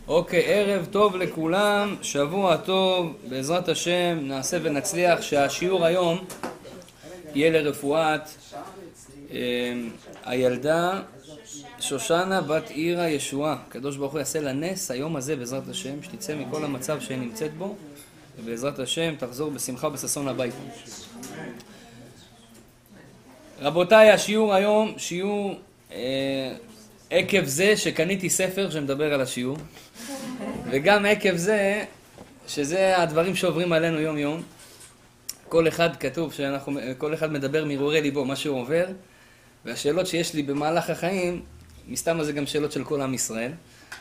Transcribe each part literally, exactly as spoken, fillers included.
אוקיי, ערב טוב לכולם, שבוע טוב, בעזרת השם נעשה ונצליח שהשיעור היום יהיה לרפואת אה, הילדה שושנה בת עירה ישועה. הקדוש ברוך הוא יעשה לה נס היום הזה בעזרת השם, שתצא מכל המצב שהיא נמצאת בו, ובעזרת השם תחזור בשמחה ובששון הביתה. רבותיי, השיעור היום שיעור אה, עקב זה שקניתי ספר שמדבר על השיעור, וגם עקב זה שזה הדברים שעוברים עלינו יום יום. כל אחד כתוב שאנחנו, כל אחד מדבר מרהורי ליבו מה שהוא עובר, והשאלות שיש לי במהלך החיים, מסתם זה גם שאלות של כל עם ישראל,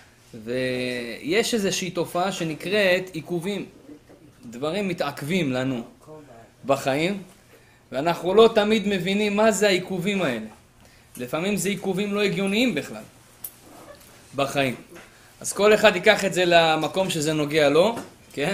ויש איזושהי תופעה שנקראת עיכובים. דברים מתעכבים לנו בחיים, ואנחנו לא תמיד מבינים מה זה העיכובים האלה. לפעמים זה עיכובים לא הגיוניים בכלל בחיים. אז כל אחד ייקח את זה למקום שזה נוגע לו, כן?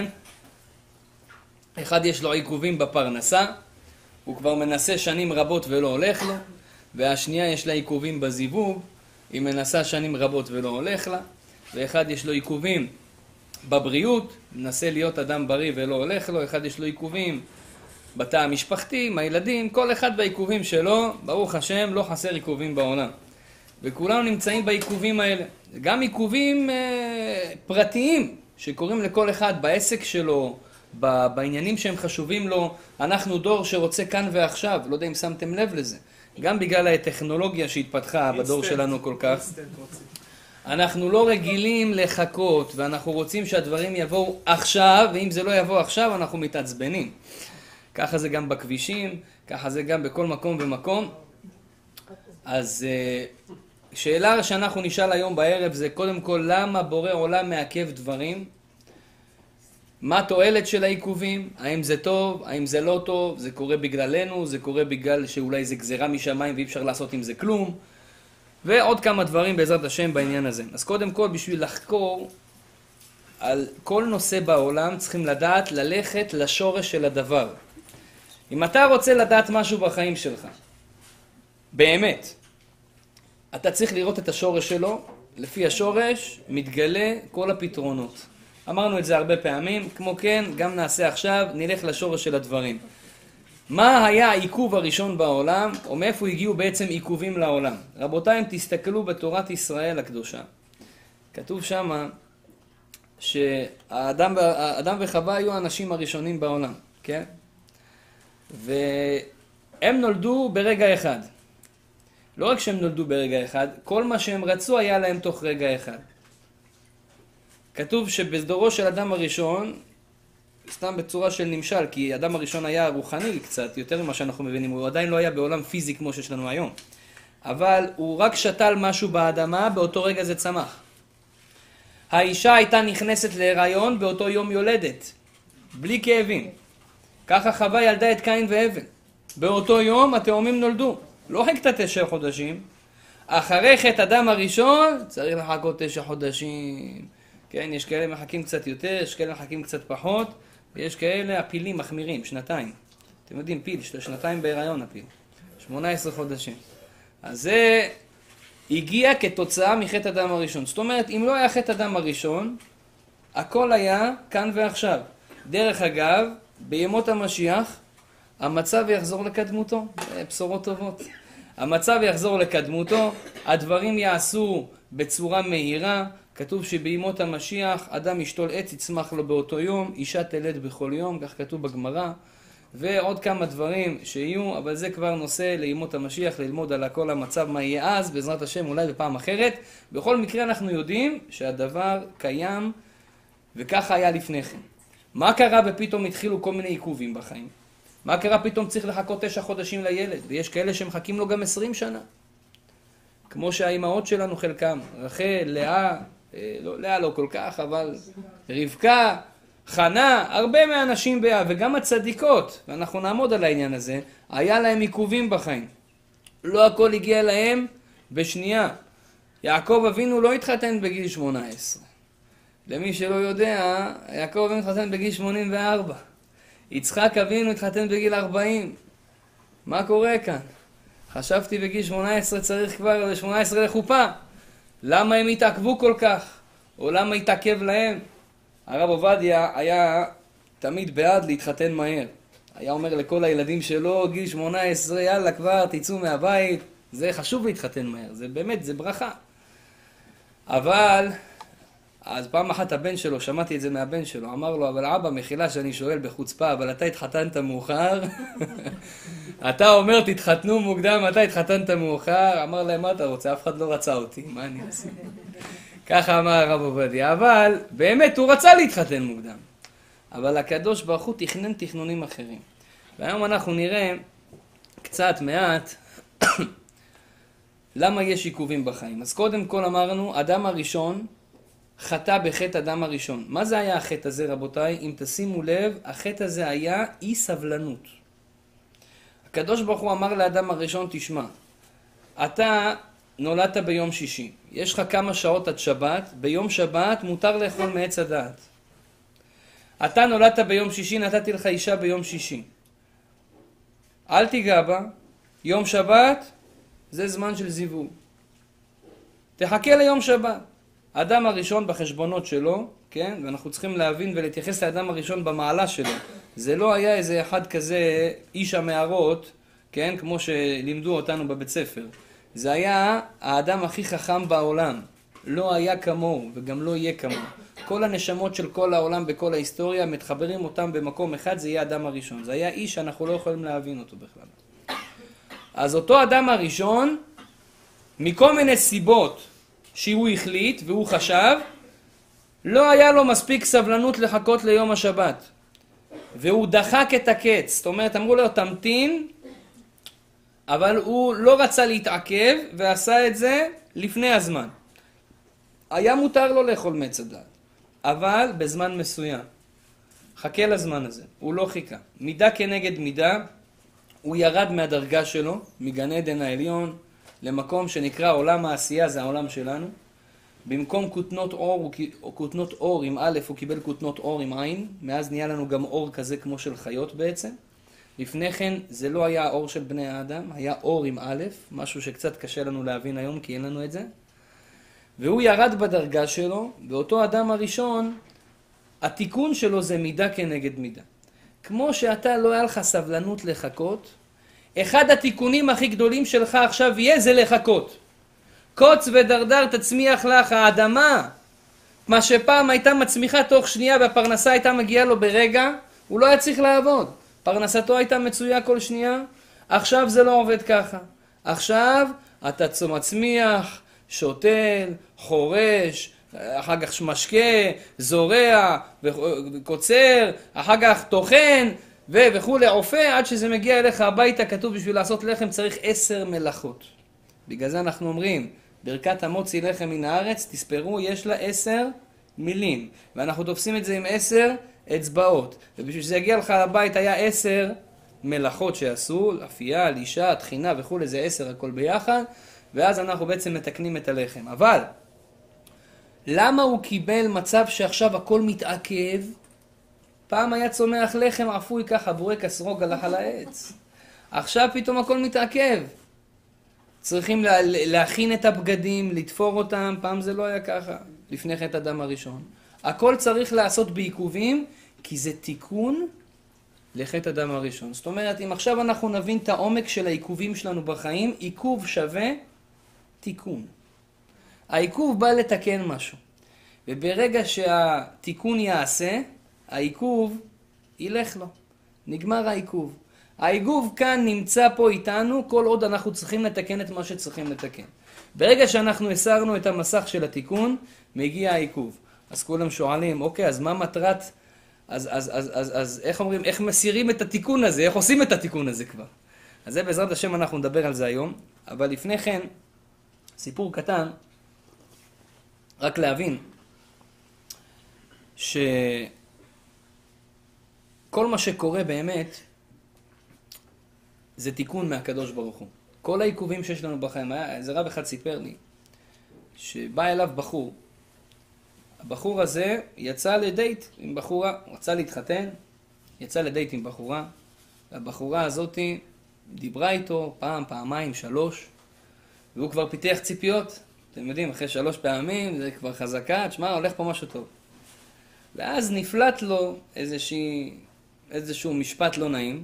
אחד יש לו עיכובים בפרנסה, הוא כבר מנסה שנים רבות ולא הולך לו, והשנייה יש לה עיכובים בזיווג, היא מנסה שנים רבות ולא הולך לה, ואחד יש לו עיכובים בבריאות, מנסה להיות אדם בריא ולא הולך לו, אחד יש לו עיכובים בתא המשפחתי, עם הילדים, כל אחד בעיכובים שלו, ברוך השם, לא חסר עיכובים בעולם. וכולנו נמצאים בעיכובים האלה. גם עיכובים אה, פרטיים, שקוראים לכל אחד בעסק שלו, בעניינים שהם חשובים לו. אנחנו דור שרוצה כאן ועכשיו, לא יודע אם שמתם לב לזה. גם בגלל הטכנולוגיה שהתפתחה בדור שלנו כל כך. אנחנו לא רגילים לחכות, ואנחנו רוצים שהדברים יבואו עכשיו, ואם זה לא יבוא עכשיו, אנחנו מתעצבנים. ככה זה גם בכבישים, ככה זה גם בכל מקום ומקום. אז שאלה שאנחנו נשאל היום בערב זה קודם כל, למה בורא עולם מעכב דברים? מה התועלת של העיכובים? האם זה טוב? האם זה לא טוב? זה קורה בגללנו? זה קורה בגלל שאולי זה גזירה משמיים ואי אפשר לעשות עם זה כלום? ועוד כמה דברים בעזרת השם בעניין הזה. אז קודם כל, בשביל לחקור על כל נושא בעולם צריכים לדעת ללכת לשורש של הדבר. אם אתה רוצה לדעת משהו בחיים שלך, באמת, אתה צריך לראות את השורש שלו, לפי השורש מתגלה כל הפתרונות. אמרנו את זה הרבה פעמים, כמו כן, גם נעשה עכשיו, נלך לשורש של הדברים. מה היה העיכוב הראשון בעולם, או מאיפה הגיעו בעצם עיכובים לעולם? רבותיי, אם תסתכלו בתורת ישראל הקדושה, כתוב שמה שהאדם האדם וחווה היו האנשים הראשונים בעולם, כן? והם נולדו ברגע אחד. לא רק שהם נולדו ברגע אחד, כל מה שהם רצו היה להם תוך רגע אחד. כתוב שבדורו של אדם הראשון, סתם בצורה של נמשל, כי אדם הראשון היה רוחני קצת, יותר ממה שאנחנו מבינים, הוא עדיין לא היה בעולם פיזי כמו שיש לנו היום. אבל הוא רק שתל משהו באדמה, באותו רגע זה צמח. האישה הייתה נכנסת להיריון באותו יום יולדת, בלי כאבים. ככה חווה ילדה את קין והבל. באותו יום התאומים נולדו. לא חיכתה תשע חודשים. אחרי חטא אדם הראשון צריך לחכות תשע חודשים. כן, יש כאלה מחכים קצת יותר, יש כאלה מחכים קצת פחות, ויש כאלה הפילים מחמירים, שנתיים. אתם יודעים, פיל, שנתיים בהיריון הפיל. שמונה עשרה חודשים. אז זה הגיע כתוצאה מחטא אדם הראשון. זאת אומרת, אם לא היה חטא אדם הראשון, הכל היה כאן ועכשיו. דרך אגב, בימות המשיח, המצב יחזור לקדמותו. בשורות טובות. המצב יחזור לקדמותו, הדברים יעשו בצורה מהירה. כתוב שבימות המשיח, אדם ישתול עץ, יצמח לו באותו יום, אישה תלד בכל יום, כך כתוב בגמרא, ועוד כמה דברים שיהיו, אבל זה כבר נושא לימות המשיח, ללמוד על הכל המצב מה יהיה אז, בעזרת השם אולי בפעם אחרת. בכל מקרה אנחנו יודעים שהדבר קיים, וככה היה לפני כן. מה קרה ופתאום התחילו כל מיני עיכובים בחיים? מה קרה פתאום צריך לחכות תשע חודשים לילד? ויש כאלה שמחכים לו גם עשרים שנה. כמו שהאימהות שלנו חלקם, רחל, לאה, לא, לאה לא כל כך, אבל רבקה, חנה, הרבה מהאנשים באה, וגם הצדיקות, ואנחנו נעמוד על העניין הזה, היה להם עיכובים בחיים. לא הכל הגיע להם בשנייה. יעקב אבינו לא התחתן בגיל שמונה עשרה. למי שלא יודע, יעקב אבינו התחתן בגיל שמונים וארבע. יצחק אבינו התחתן בגיל ארבעים. מה קורה כאן? חשבתי בגיל שמונה עשרה צריך כבר שמונה עשרה לחופה. למה הם התעכבו כל כך? או למה התעכב להם? הרב עובדיה היה תמיד בעד להתחתן מהר. היה אומר לכל הילדים שלו, גיל שמונה עשרה, יאללה כבר, תצאו מהבית. זה חשוב להתחתן מהר, זה באמת, זה ברכה. אבל, אז פעם אחת הבן שלו, שמעתי את זה מהבן שלו, אמר לו, אבל אבא, מחילה שאני שואל בחוצפה, אבל אתה התחתנת מאוחר? אתה אומר, תתחתנו מוקדם, אתה התחתנת מאוחר? אמר להם, מה אתה רוצה? אף אחד לא רצה אותי, מה אני אעשה? ככה אמר הרב עובדיה, אבל באמת הוא רצה להתחתן מוקדם. אבל הקדוש ברוך הוא תכנן תכנונים אחרים. והיום אנחנו נראה קצת מעט למה יש עיכובים בחיים. אז קודם כל אמרנו, אדם הראשון חטא בחטא אדם הראשון. מה זה היה החטא הזה, רבותיי? אם תשימו לב, החטא הזה היה אי סבלנות. הקדוש ברוך הוא אמר לאדם הראשון, תשמע, אתה נולדת ביום שישי, יש לך כמה שעות עד שבת, ביום שבת מותר לאכול מעץ הדעת. אתה נולדת ביום שישי, נתתי לך אישה ביום שישי. אל תיגע בה, יום שבת זה זמן של זיווג. תחכה ליום שבת. האדם הראשון בחשבונות שלו, כן? ואנחנו צריכים להבין ולהתייחס לאדם הראשון במעלה שלו. זה לא היה איזה אחד כזה איש המערות, כן? כמו שלימדו אותנו בבית ספר. זה היה האדם הכי חכם בעולם. לא היה כמוהו וגם לא יהיה כמוהו. כל הנשמות של כל העולם בכל ההיסטוריה מתחברים אותם במקום אחד, זה יהיה האדם הראשון. זה היה איש שאנחנו לא יכולים להבין אותו בכלל. אז אותו אדם הראשון, מכל מיני סיבות שהוא החליט והוא חשב, לא היה לו מספיק סבלנות לחכות ליום השבת. והוא דחק את הקץ. זאת אומרת, אמרו לו, תמתין, אבל הוא לא רצה להתעכב ועשה את זה לפני הזמן. היה מותר לו לאכול מעץ הדעת, אבל בזמן מסוים. חכה לזמן הזה, הוא לא חיכה. מידה כנגד מידה, הוא ירד מהדרגה שלו, מגן עדן העליון, למקום שנקרא עולם העשייה, זה העולם שלנו. במקום כותנות אור, או כותנות אור עם א', הוא קיבל כותנות אור עם עין. מאז נהיה לנו גם אור כזה כמו של חיות בעצם. לפני כן זה לא היה האור של בני האדם, היה אור עם א', משהו שקצת קשה לנו להבין היום כי אין לנו את זה. והוא ירד בדרגה שלו, ואותו אדם הראשון, התיקון שלו זה מידה כנגד מידה. כמו שאתה לא היה לך סבלנות לחכות, אחד התיקונים הכי גדולים שלך עכשיו יהיה זה לחכות. קוץ ודרדר תצמיח לך האדמה. מה שפעם הייתה מצמיחה תוך שנייה והפרנסה הייתה מגיעה לו ברגע, הוא לא היה צריך לעבוד. פרנסתו הייתה מצויה כל שנייה, עכשיו זה לא עובד ככה. עכשיו אתה מצמיח, שותל, חורש, אחר כך משקה, זורע, וקוצר, אחר כך טוחן, וכו' עופה, עד שזה מגיע אליך הביתה. כתוב בשביל לעשות לחם צריך עשר מלאכות. בגלל זה אנחנו אומרים, ברכת המוציא לחם מן הארץ, תספרו, יש לה עשר מילים. ואנחנו תופסים את זה עם עשר אצבעות. ובשביל שזה יגיע לך לבית היה עשר מלאכות שעשו, אפייה, לישה, תחינה וכו', זה עשר הכל ביחד. ואז אנחנו בעצם מתקנים את הלחם. אבל, למה הוא קיבל מצב שעכשיו הכל מתעכב? פעם היה צומח לחם אפוי ככה, בורקס רוג הלך על העץ. עכשיו פתאום הכל מתעכב. צריכים לה, להכין את הבגדים, לתפור אותם, פעם זה לא היה ככה. לפני חטא אדם הראשון. הכל צריך לעשות בעיכובים, כי זה תיקון לחטא אדם הראשון. זאת אומרת, אם עכשיו אנחנו נבין את העומק של העיכובים שלנו בחיים, עיכוב שווה תיקון. העיכוב בא לתקן משהו. וברגע שהתיקון יעשה, העיכוב ילך לו. נגמר העיכוב. העיכוב כאן נמצא פה איתנו, כל עוד אנחנו צריכים לתקן את מה שצריכים לתקן. ברגע שאנחנו הסרנו את המסך של התיקון, מגיע העיכוב. אז כולם שואלים, אוקיי, אז מה מטרת, אז, אז, אז, אז, אז איך אומרים, איך מסירים את התיקון הזה, איך עושים את התיקון הזה כבר? אז זה בעזרת השם אנחנו נדבר על זה היום, אבל לפני כן, סיפור קטן, רק להבין, שכל מה שקורה באמת, זה תיקון מהקדוש ברוך הוא. כל העיכובים שיש לנו בחיים, איזה רב אחד סיפר לי, שבא אליו בחור, הבחור הזה יצא לדייט עם בחורה, הוא רצה להתחתן, יצא לדייט עם בחורה, והבחורה הזאת דיברה איתו פעם, פעמיים, שלוש, והוא כבר פיתח ציפיות, אתם יודעים, אחרי שלוש פעמים זה כבר חזקה, תשמע, הולך פה משהו טוב. ואז נפלט לו איזושהי, איזשהו משפט לא נעים,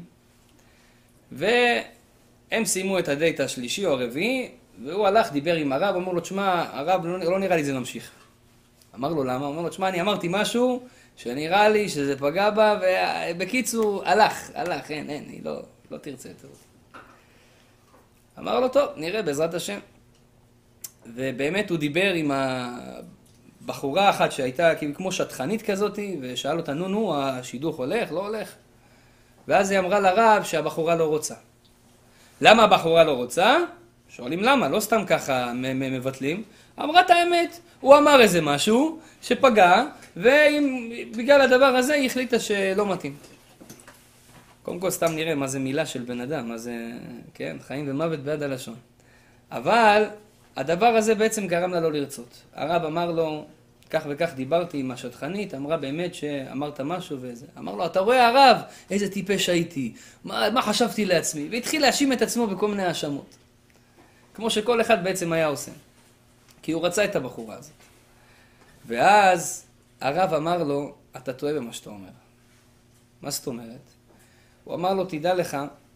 והם סיימו את הדייט השלישי או הרביעי, והוא הלך, דיבר עם הרב, אמר לו, תשמע, הרב, לא, לא נראה לי זה נמשיך. אמר לו, למה? אמר לו, תשמע, אני אמרתי משהו שנראה לי שזה פגע בה, ובקיצור, הלך, הלך, אין, אין, היא לא, לא תרצה יותר. אמר לו, טוב, נראה בעזרת השם. ובאמת הוא דיבר עם הבחורה אחת שהייתה כמו שטחנית כזאת, ושאל אותה, נו, נו, השידוך הולך, לא הולך? ואז היא אמרה לרב שהבחורה לא רוצה. למה הבחורה לא רוצה? שואלים למה, לא סתם ככה מבטלים. אמרה את האמת, הוא אמר איזה משהו שפגע, ובגלל הדבר הזה היא החליטה שלא מתאים. קודם כל סתם נראה מה זה מילה של בן אדם, מה זה, כן, חיים ומוות ביד הלשון. אבל הדבר הזה בעצם גרם לה לא לרצות. הרב אמר לו, כך וכך דיברתי עם השטחנית, אמרה באמת שאמרת משהו וזה. אמר לו, אתה רואה הרב, איזה טיפש הייתי, מה, מה חשבתי לעצמי? והתחיל להאשים את עצמו בכל מיני האשמות. כמו שכל אחד בעצם היה עושה. כי הוא רצה את הבחורה הזאת. ואז הרב אמר לו, אתה טועה במה שאתה אומר. מה זאת אומרת? הוא אמר לו, תדע לך,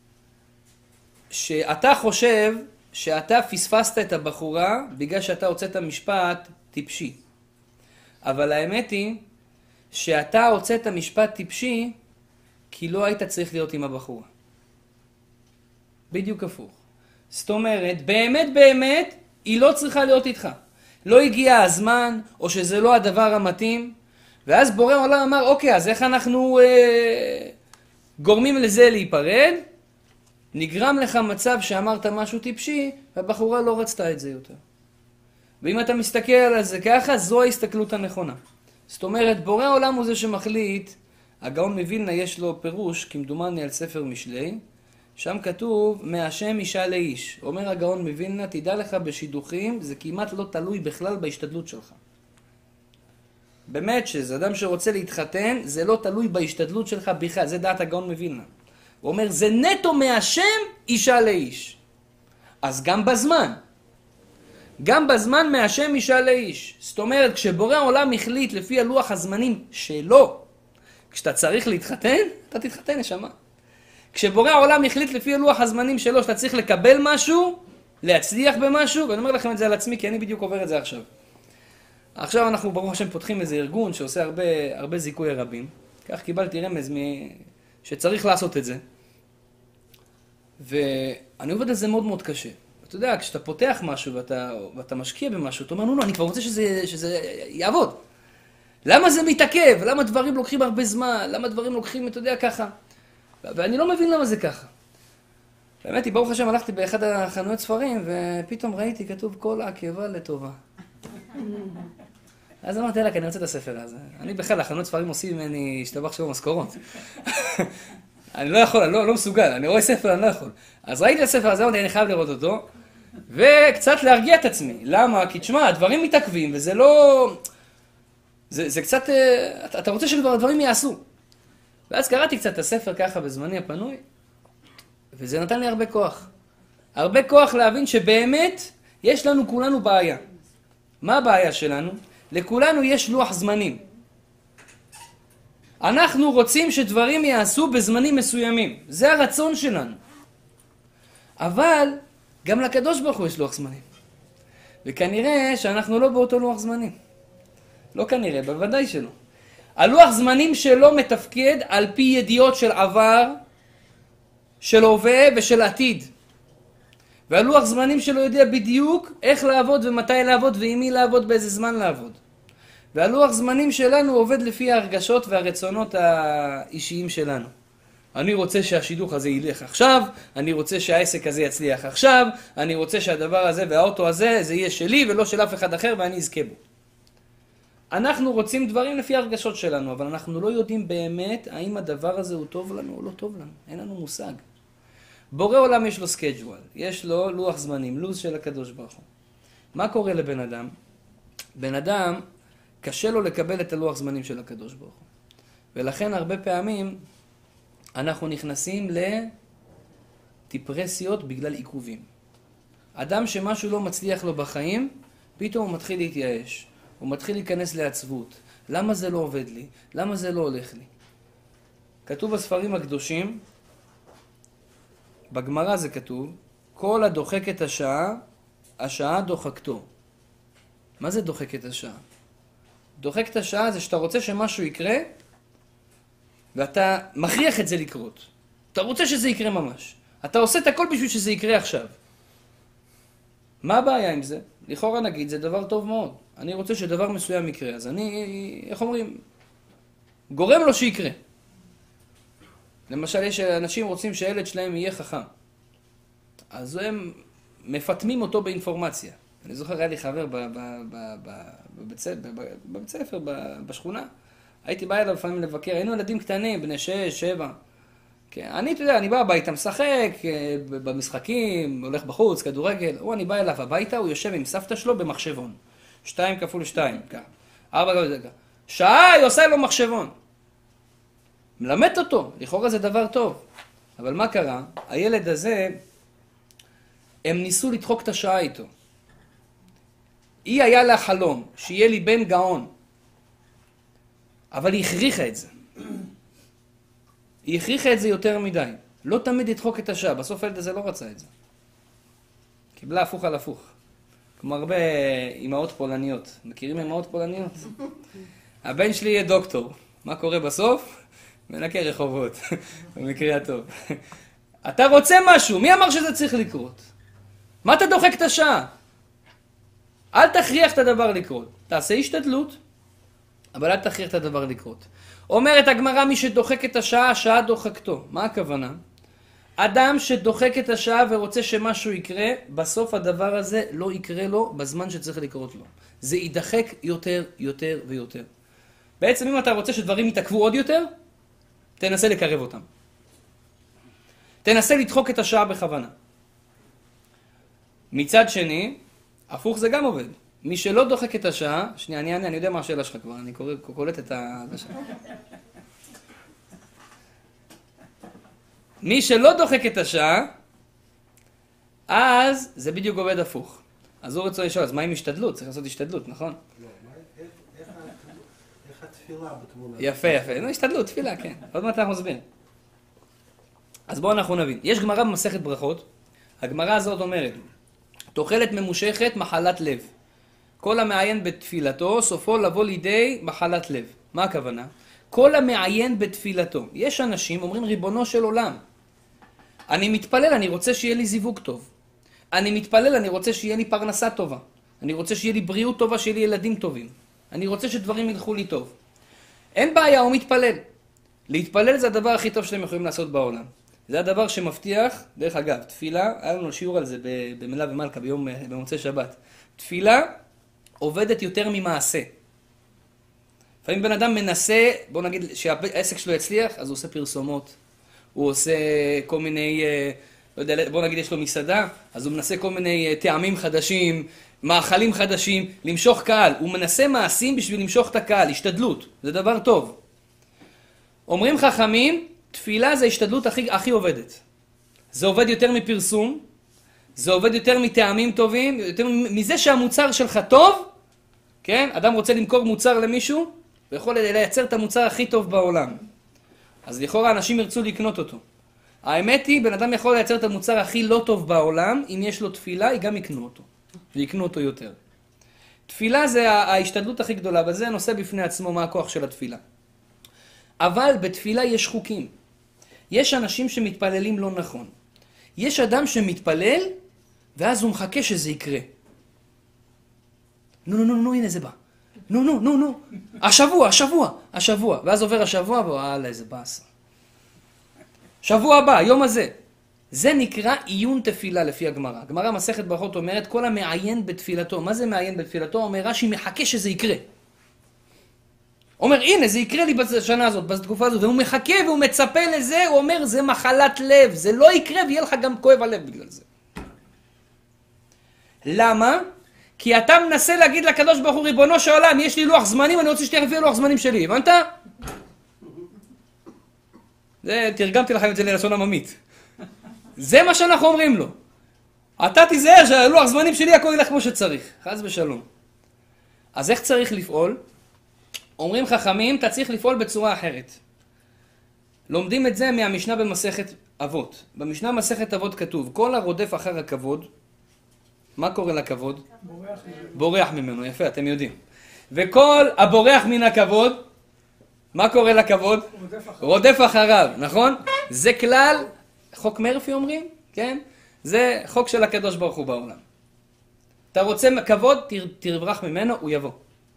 שאתה חושב שאתה פספסת את הבחורה בגלל שאתה הוצאת משפט טיפשי. אבל האמת היא שאתה הוצאת משפט טיפשי כי לא היית צריך להיות עם הבחורה. בדיוק הפוך. זאת אומרת, באמת באמת היא לא צריכה להיות איתך. לא הגיע הזמן או שזה לא הדבר המתאים. ואז בורא עולם אמר, אוקיי, אז איך אנחנו אה, גורמים לזה להיפרד? נגרם לך מצב שאמרת משהו טיפשי, והבחורה לא רצתה את זה יותר. ואם אתה מסתכל על זה ככה, זו ההסתכלות הנכונה. זאת אומרת, בורא עולם הוא זה שמחליט, הגאון מווילנה יש לו פירוש, כמדומני על ספר משלי, שם כתוב, מהשם אישה לאיש. אומר הגאון מווילנה, תדע לך בשידוכים, זה כמעט לא תלוי בכלל בהשתדלות שלך. באמת שזה אדם שרוצה להתחתן, זה לא תלוי בהשתדלות שלך בכלל, זה דעת הגאון מווילנה. הוא אומר, זה נטו מהשם אישה לאיש. אז גם בזמן. גם בזמן מהשם אישה לאיש. זאת אומרת, כשבורא עולם החליט לפי הלוח הזמנים שלו, כשאתה צריך להתחתן, אתה תתחתן, נשמה. כשבורא העולם החליט לפי הלוח הזמנים שלו, שאתה צריך לקבל משהו, להצליח במשהו, ואני אומר לכם את זה על עצמי, כי אני בדיוק עובר את זה עכשיו. עכשיו אנחנו ברוך השם פותחים איזה ארגון שעושה הרבה, הרבה זיכוי רבים. כך קיבלתי רמז מ... שצריך לעשות את זה. ואני עובד על זה מאוד מאוד קשה. אתה יודע, כשאתה פותח משהו ואתה, ואתה משקיע במשהו, אתה אומר, נו, נו, אני כבר רוצה שזה, שזה יעבוד. למה זה מתעכב? למה דברים לוקחים הרבה זמן? למה דברים לוקחים, אתה יודע, ככה? ואני לא מבין למה זה ככה. באמת, ברוך השם, הלכתי באחד החנויות ספרים, ופתאום ראיתי כתוב כל עקבה לטובה. אז אמרתי לה, כי אני רוצה את הספר הזה. אני בכלל, החנויות ספרים עושים ממני השתבח שבע משכורות. אני לא יכול, אני לא, לא מסוגל, אני רואה ספר, אני לא יכול. אז ראיתי את הספר הזה, אמרתי, אני חייב לראות אותו, וקצת להרגיע את עצמי. למה? כי תשמע, הדברים מתעכבים, וזה לא... זה, זה קצת... אתה, אתה רוצה שדברים יעשו. ואז קראתי קצת את הספר ככה בזמני הפנוי, וזה נתן לי הרבה כוח. הרבה כוח להבין שבאמת יש לנו כולנו בעיה. מה הבעיה שלנו? לכולנו יש לוח זמנים. אנחנו רוצים שדברים יעשו בזמנים מסוימים. זה הרצון שלנו. אבל גם לקדוש ברוך הוא יש לוח זמנים. וכנראה שאנחנו לא באותו לוח זמנים. לא כנראה, בוודאי שלא. הלוח זמנים שלו מתפקד על פי ידיעות של עבר, של הווה ושל עתיד. והלוח זמנים שלו יודע בדיוק איך לעבוד ומתי לעבוד ועם מי לעבוד, באיזה זמן לעבוד. והלוח זמנים שלנו עובד לפי ההרגשות והרצונות האישיים שלנו. אני רוצה שהשידוך הזה ילך עכשיו, אני רוצה שהעסק הזה יצליח עכשיו, אני רוצה שהדבר הזה והאוטו הזה זה יהיה שלי ולא של אף אחד אחר ואני אזכה בו. אנחנו רוצים דברים לפי ההרגשות שלנו, אבל אנחנו לא יודעים באמת האם הדבר הזה הוא טוב לנו או לא טוב לנו. אין לנו מושג. בורא עולם יש לו סקייג'ואל, יש לו לוח זמנים, לוז של הקדוש ברוך הוא. מה קורה לבן אדם? בן אדם קשה לו לקבל את הלוח זמנים של הקדוש ברוך הוא. ולכן הרבה פעמים אנחנו נכנסים לטיפרסיות בגלל עיכובים. אדם שמשהו לא מצליח לו בחיים, פתאום הוא מתחיל להתייאש, הוא מתחיל להיכנס לעצבות. למה זה לא עובד לי? למה זה לא הולך לי? כתוב בספרים הקדושים, בגמרא זה כתוב, כל הדוחק את השעה, השעה דוחקתו. מה זה דוחק את השעה? דוחק את השעה זה שאתה רוצה שמשהו יקרה, ואתה מכריח את זה לקרות. אתה רוצה שזה יקרה ממש. אתה עושה את הכל בשביל שזה יקרה עכשיו. מה הבעיה עם זה? לכאורה נגיד, זה דבר טוב מאוד. אני רוצה שדבר מסוים יקרה, אז אני, איך אומרים, גורם לו שיקרה. למשל, יש אנשים רוצים שהילד שלהם יהיה חכם. אז הם מפתמים אותו באינפורמציה. אני זוכר, היה לי חבר בבית ספר, בשכונה. הייתי בא אליו לפעמים לבקר, היינו ילדים קטנים, בני שש, שבע. אני, אתה יודע, אני בא הביתה, משחק במשחקים, הולך בחוץ, כדורגל. הוא, אני בא אליו הביתה, הוא יושב עם סבתא שלו במחשבון. שתיים כפול שתיים, ככה. ארבע כפול ככה. שעה היא עושה לו מחשבון. מלמד אותו, לכאורה זה דבר טוב. אבל מה קרה? הילד הזה, הם ניסו לדחוק את השעה איתו. היא היה לה חלום, שיהיה לי בן גאון. אבל היא הכריחה את זה. היא הכריחה את זה יותר מדי. לא תמיד לדחוק את השעה, בסוף הילד הזה לא רצה את זה. קיבלה הפוך על הפוך. כמו הרבה אמהות פולניות. מכירים אמהות פולניות? הבן שלי יהיה דוקטור. מה קורה בסוף? מנקה רחובות, במקרה הטוב. אתה רוצה משהו, מי אמר שזה צריך לקרות? מה אתה דוחק את השעה? אל תכריח את הדבר לקרות. תעשה השתדלות, אבל אל תכריח את הדבר לקרות. אומרת הגמרא, מי שדוחק את השעה, השעה דוחקתו. מה הכוונה? אדם שדוחק את השעה ורוצה שמשהו יקרה, בסוף הדבר הזה לא יקרה לו בזמן שצריך לקרות לו. זה יידחק יותר, יותר ויותר. בעצם אם אתה רוצה שדברים יתעכבו עוד יותר, תנסה לקרב אותם. תנסה לדחוק את השעה בכוונה. מצד שני, הפוך זה גם עובד. מי שלא דוחק את השעה, שנייה, אני, אני, אני יודע מה השאלה שלך כבר, אני קורא, קולט את השעה. מי שלא דוחק את השעה, אז זה בדיוק עובד הפוך. אז הוא רוצה לשאול, אז מה עם השתדלות? צריך לעשות השתדלות, נכון? לא, איך התפילה בתמונה? יפה, יפה. נו, השתדלות, תפילה, כן. עוד מעט אנחנו נסביר. אז בואו אנחנו נבין. יש גמרא במסכת ברכות. הגמרא הזאת אומרת, תוחלת ממושכת מחלת לב. כל המעיין בתפילתו, סופו לבוא לידי מחלת לב. מה הכוונה? כל המעיין בתפילתו. יש אנשים אומרים, ריבונו של עולם, אני מתפלל, אני רוצה שיהיה לי זיווג טוב. אני מתפלל, אני רוצה שיהיה לי פרנסה טובה. אני רוצה שיהיה לי בריאות טובה, שיהיה לי ילדים טובים. אני רוצה שדברים ילכו לי טוב. אין בעיה, הוא מתפלל. להתפלל זה הדבר הכי טוב שאתם יכולים לעשות בעולם. זה הדבר שמבטיח, דרך אגב, תפילה, היה לנו שיעור על זה במילה ומלכה ביום, במוצאי שבת. תפילה עובדת יותר ממעשה. לפעמים בן אדם מנסה, בוא נגיד שהעסק שלו יצליח, אז הוא עושה פרסומות. הוא עושה כל מיני, לא יודע, בוא נגיד יש לו מסעדה, אז הוא מנסה כל מיני טעמים חדשים, מאכלים חדשים, למשוך קהל. הוא מנסה מעשים בשביל למשוך את הקהל, השתדלות. זה דבר טוב. אומרים חכמים, תפילה זה ההשתדלות הכי, הכי עובדת. זה עובד יותר מפרסום, זה עובד יותר מטעמים טובים, יותר מזה שהמוצר שלך טוב, כן? אדם רוצה למכור מוצר למישהו, ויכול לייצר את המוצר הכי טוב בעולם. אז לכאורה אנשים ירצו לקנות אותו. האמת היא, בן אדם יכול לייצר את המוצר הכי לא טוב בעולם, אם יש לו תפילה, היא גם יקנו אותו. ויקנו אותו יותר. תפילה זה ההשתדלות הכי גדולה, וזה נושא בפני עצמו מה הכוח של התפילה. אבל בתפילה יש חוקים. יש אנשים שמתפללים לא נכון. יש אדם שמתפלל, ואז הוא מחכה שזה יקרה. נו, נו, נו, נו, הנה זה בא. נו, נו, נו, נו. השבוע, השבוע, השבוע. ואז עובר השבוע, וואלה, איזה באסה. שבוע הבא, היום הזה. זה נקרא עיון תפילה לפי הגמרא. הגמרא מסכת ברכות אומרת, כל המעיין בתפילתו. מה זה מעיין בתפילתו? אומר רש"י מחכה שזה יקרה. אומר, הנה, זה יקרה לי בשנה הזאת, בתקופה הזאת. והוא מחכה והוא מצפה לזה, הוא אומר, זה מחלת לב. זה לא יקרה ויהיה לך גם כואב הלב בגלל זה. למה? כי אתה מנסה להגיד לקדוש ברוך הוא, ריבונו של עולם, יש לי לוח זמנים, אני רוצה שתהיה לפי לוח זמנים שלי. הבנת? זה, תרגמתי לכם את זה ללשון עממית. זה מה שאנחנו אומרים לו. אתה תיזהר שהלוח זמנים שלי הכל ילך כמו שצריך. חס ושלום. אז איך צריך לפעול? אומרים חכמים, אתה צריך לפעול בצורה אחרת. לומדים את זה מהמשנה במסכת אבות. במשנה מסכת אבות כתוב, כל הרודף אחר הכבוד, מה קורה לכבוד? בורח ממנו. בורח ממנו, יפה, אתם יודעים. וכל הבורח מן הכבוד, מה קורה לכבוד? רודף אחריו. רודף אחריו, נכון? זה כלל, חוק מרפי אומרים, כן? זה חוק של הקדוש ברוך הוא בעולם. אתה רוצה כבוד, תברח ממנו, הוא יבוא.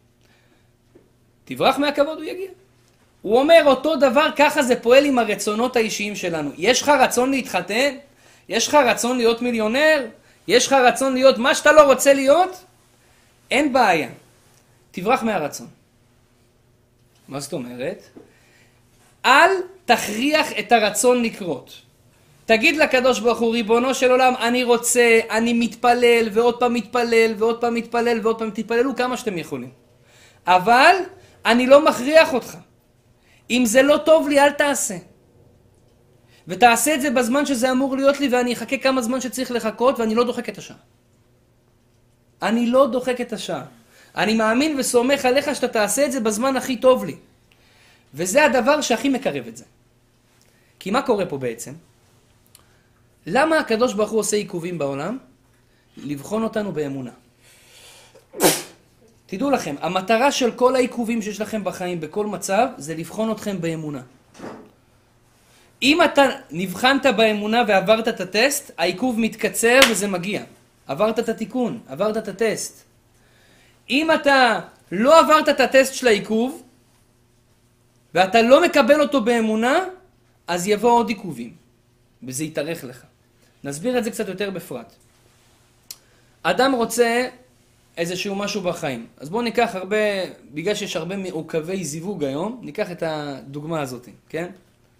תברח מהכבוד, הוא יגיע. הוא אומר אותו דבר, ככה זה פועל עם הרצונות האישיים שלנו. יש לך רצון להתחתן? יש לך רצון להיות מיליונר? יש לך רצון להיות מה שאתה לא רוצה להיות? אין בעיה. תברח מהרצון. מה זאת אומרת? אל תכריח את הרצון לקרות. תגיד לקדוש ברוך הוא, ריבונו של עולם, אני רוצה, אני מתפלל, ועוד פעם מתפלל, ועוד פעם מתפלל, ועוד פעם תתפללו כמה שאתם יכולים. אבל אני לא מכריח אותך. אם זה לא טוב לי, אל תעשה. ותעשה את זה בזמן שזה אמור להיות לי, ואני אחכה כמה זמן שצריך לחכות, ואני לא דוחק את השעה. אני לא דוחק את השעה. אני מאמין וסומך עליך שאתה תעשה את זה בזמן הכי טוב לי. וזה הדבר שהכי מקרב את זה. כי מה קורה פה בעצם? למה הקדוש ברוך הוא עושה עיכובים בעולם? לבחון אותנו באמונה. תדעו לכם, המטרה של כל העיכובים שיש לכם בחיים בכל מצב, זה לבחון אתכם באמונה. אם אתה נבחנת באמונה ועברת את הטסט, העיכוב מתקצר וזה מגיע. עברת את התיקון, עברת את הטסט. אם אתה לא עברת את הטסט של העיכוב, ואתה לא מקבל אותו באמונה, אז יבוא עוד עיכובים. וזה יתארך לך. נסביר את זה קצת יותר בפרט. אדם רוצה איזשהו משהו בחיים. אז בואו ניקח הרבה, בגלל שיש הרבה מעוכבי זיווג היום, ניקח את הדוגמה הזאת, כן?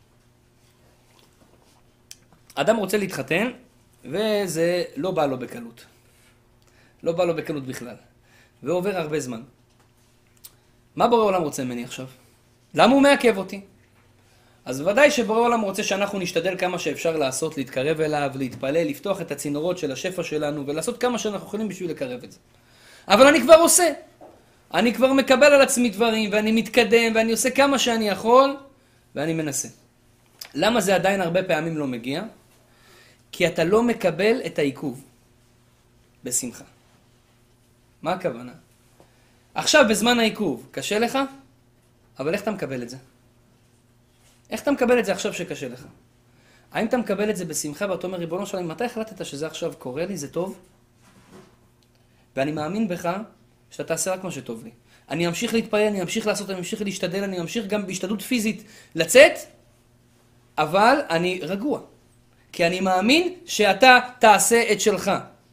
אדם רוצה להתחתן, וזה לא בא לו בקלות. לא בא לו בקלות בכלל. ועובר הרבה זמן. מה בורא עולם רוצה ממני עכשיו? למה הוא מעכב אותי? אז ודאי שבורא עולם רוצה שאנחנו נשתדל כמה שאפשר לעשות, להתקרב אליו, להתפלל, לפתוח את הצינורות של השפע שלנו, ולעשות כמה שאנחנו יכולים בשביל לקרב את זה. אבל אני כבר עושה. אני כבר מקבל על עצמי דברים, ואני מתקדם, ואני עושה כמה שאני יכול, ואני מנסה. למה זה עדיין הרבה פעמים לא מגיע? כי אתה לא מקבל את העיכוב. בשמחה. מה הכוונה? עכשיו בזמן העיכוב, קשה לך? אבל איך אתה מקבל את זה? איך אתה מקבל את זה עכשיו שקשה לך? האם אתה מקבל את זה בשמחה ואתה אומר, ריבונו שלום, מתי החלטת שזה עכשיו קורה לי, זה טוב? ואני מאמין בך שאתה תעשה רק מה שטוב לי. אני אמשיך להתפלל, אני אמשיך לעשות, אני אמשיך להשתדל, אני אמשיך גם בהשתדלות פיזית לצאת, אבל אני רגוע. כי אני מאמין שאתה תעשה את שלך.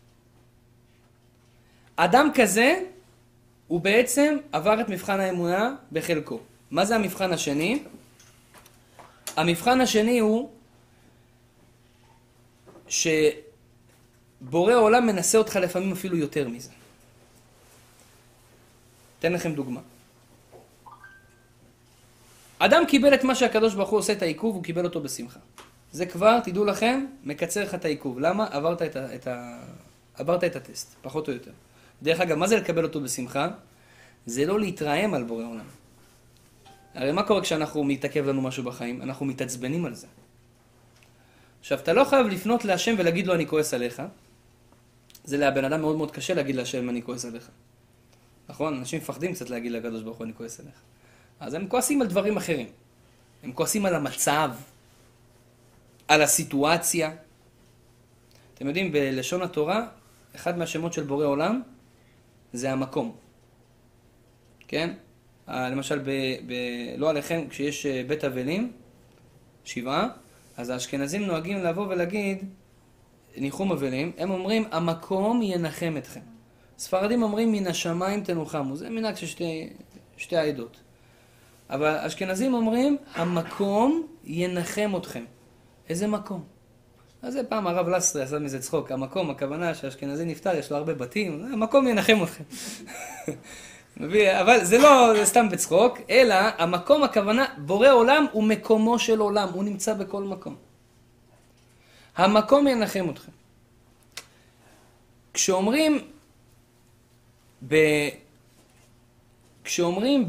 אדם כזה, הוא בעצם עבר את מבחן האמונה בחלקו. מה זה המבחן השני? המבחן השני הוא שבורא העולם מנסה אותך לפעמים אפילו יותר מזה. אתן לכם דוגמה. אדם קיבל את מה שהקדוש ברוך הוא עושה את העיכוב, הוא קיבל אותו בשמחה. זה כבר, תדעו לכם, מקצר לך את העיכוב. למה? עברת את, ה, את, ה, עברת את הטסט, פחות או יותר. דרך אגב, מה זה לקבל אותו בשמחה? זה לא להתרעם על בורא עולם. הרי מה קורה כשאנחנו מתעכב לנו משהו בחיים? אנחנו מתעצבנים על זה. עכשיו, אתה לא חייב לפנות להשם ולהגיד לו אני כועס עליך. זה לבן אדם מאוד מאוד קשה להגיד להשם אני כועס עליך. נכון? אנשים מפחדים קצת להגיד לקדוש ברוך הוא אני כועס עליך. אז הם כועסים על דברים אחרים. הם כועסים על המצב, על הסיטואציה. אתם יודעים, בלשון התורה, אחד מהשמות של בורא עולם זה המקום. כן? למשל, ב, ב, לא עליכם, כשיש בית אבלים, שבעה, אז האשכנזים נוהגים לבוא ולהגיד, ניחום אבלים, הם אומרים, המקום ינחם אתכם. ספרדים אומרים, מן השמיים תנוחמו. זה מנהג של שתי, שתי העדות. אבל האשכנזים אומרים, המקום ינחם אתכם. איזה מקום? אז זה פעם הרב לסרי עשה מזה צחוק. המקום, הכוונה שהאשכנזי נפטר, יש לו הרבה בתים, המקום ינחם אתכם. אבל זה לא זה סתם בצחוק, אלא המקום, הכוונה, בורא עולם הוא מקומו של עולם, הוא נמצא בכל מקום. המקום ינחם אתכם. כשאומרים, ב... כשאומרים, ב...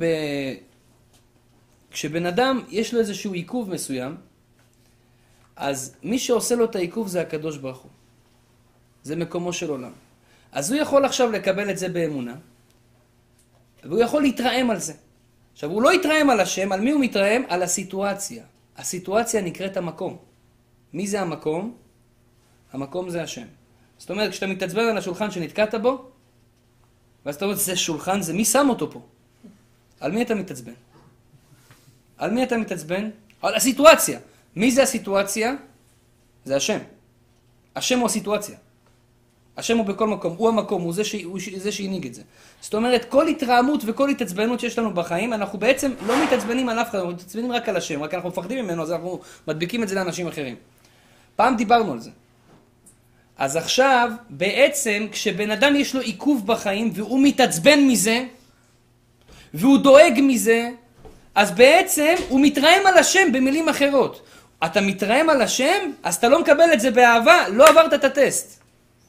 כשבן אדם יש לו איזשהו עיכוב מסוים, אז מי שעושה לו את העיכוב זה הקדוש ברוך הוא. זה מקומו של עולם. אז הוא יכול עכשיו לקבל את זה באמונה, והוא יכול להתרעם על זה. עכשיו, הוא לא יתרעם על השם, על מי הוא מתרעם? על הסיטואציה. הסיטואציה נקראת המקום. מי זה המקום? המקום זה השם. זאת אומרת, כשאתה מתעצבן על השולחן שנתקעת בו, ואז אתה אומר, זה שולחן, זה מי שם אותו פה? על מי אתה מתעצבן? על מי אתה מתעצבן? על הסיטואציה. מי זה הסיטואציה? זה השם. השם הוא הסיטואציה. השם הוא בכל מקום, הוא המקום, הוא זה, ש... הוא זה שהנהיג את זה. זאת אומרת, כל התרעמות וכל התעצבנות שיש לנו בחיים, אנחנו בעצם לא מתעצבנים על אף אחד, אנחנו מתעצבנים רק על השם, רק אנחנו מפחדים ממנו, אז אנחנו מדביקים את זה לאנשים אחרים. פעם דיברנו על זה. אז עכשיו, בעצם, כשבן אדם יש לו עיכוב בחיים, והוא מתעצבן מזה, והוא דואג מזה, אז בעצם הוא מתרעם על השם במילים אחרות. אתה מתרעם על השם, אז אתה לא מקבל את זה באהבה, לא עברת את הטסט.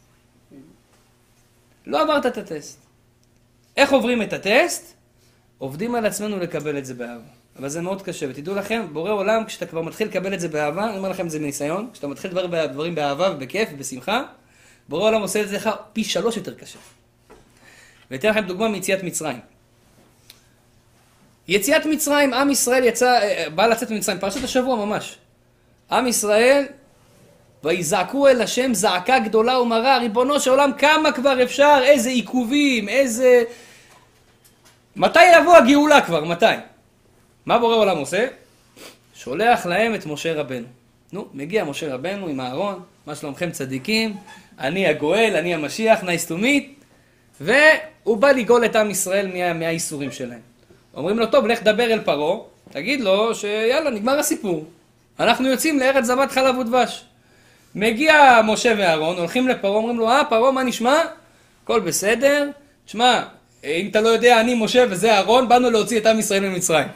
לא עברת את הטסט. איך עוברים את הטסט? עובדים על עצמנו לקבל את זה באהבה. אבל זה מאוד קשה, ותדעו לכם, בורא עולם, כשאתה כבר מתחיל לקבל את זה באהבה, אני אומר לכם את זה מניסיון, כשאתה מתחיל לדבר דברים באהבה ובכיף ובשמחה, בורא עולם עושה את זה לך פי שלוש יותר קשה. ואתן לכם דוגמה מיציאת מצרים. יציאת מצרים, עם ישראל יצא, בא לצאת ממצרים, פרשת השבוע ממש. עם ישראל, ויזעקו אל השם זעקה גדולה ומרה, ריבונו של עולם, כמה כבר אפשר, איזה עיכובים, איזה... מתי יבוא הגאולה כבר, מתי? מה בורא עולם עושה? שולח להם את משה רבנו. נו, מגיע משה רבנו עם הארון, מה שלומכם צדיקים, אני הגואל, אני המשיח, נייס טו מיט, והוא בא לגאול את עם ישראל מה, מהאיסורים שלהם. אומרים לו, טוב, לך דבר אל פרעה, תגיד לו שיאללה, נגמר הסיפור. אנחנו יוצאים לארץ זבת חלב ודבש. מגיע משה ואהרון, הולכים לפרעה, אומרים לו, אה, פרעה, מה נשמע? הכל בסדר. תשמע, אם אתה לא יודע, אני משה וזה אהרון, באנו להוציא את עם ישראל ממצרים.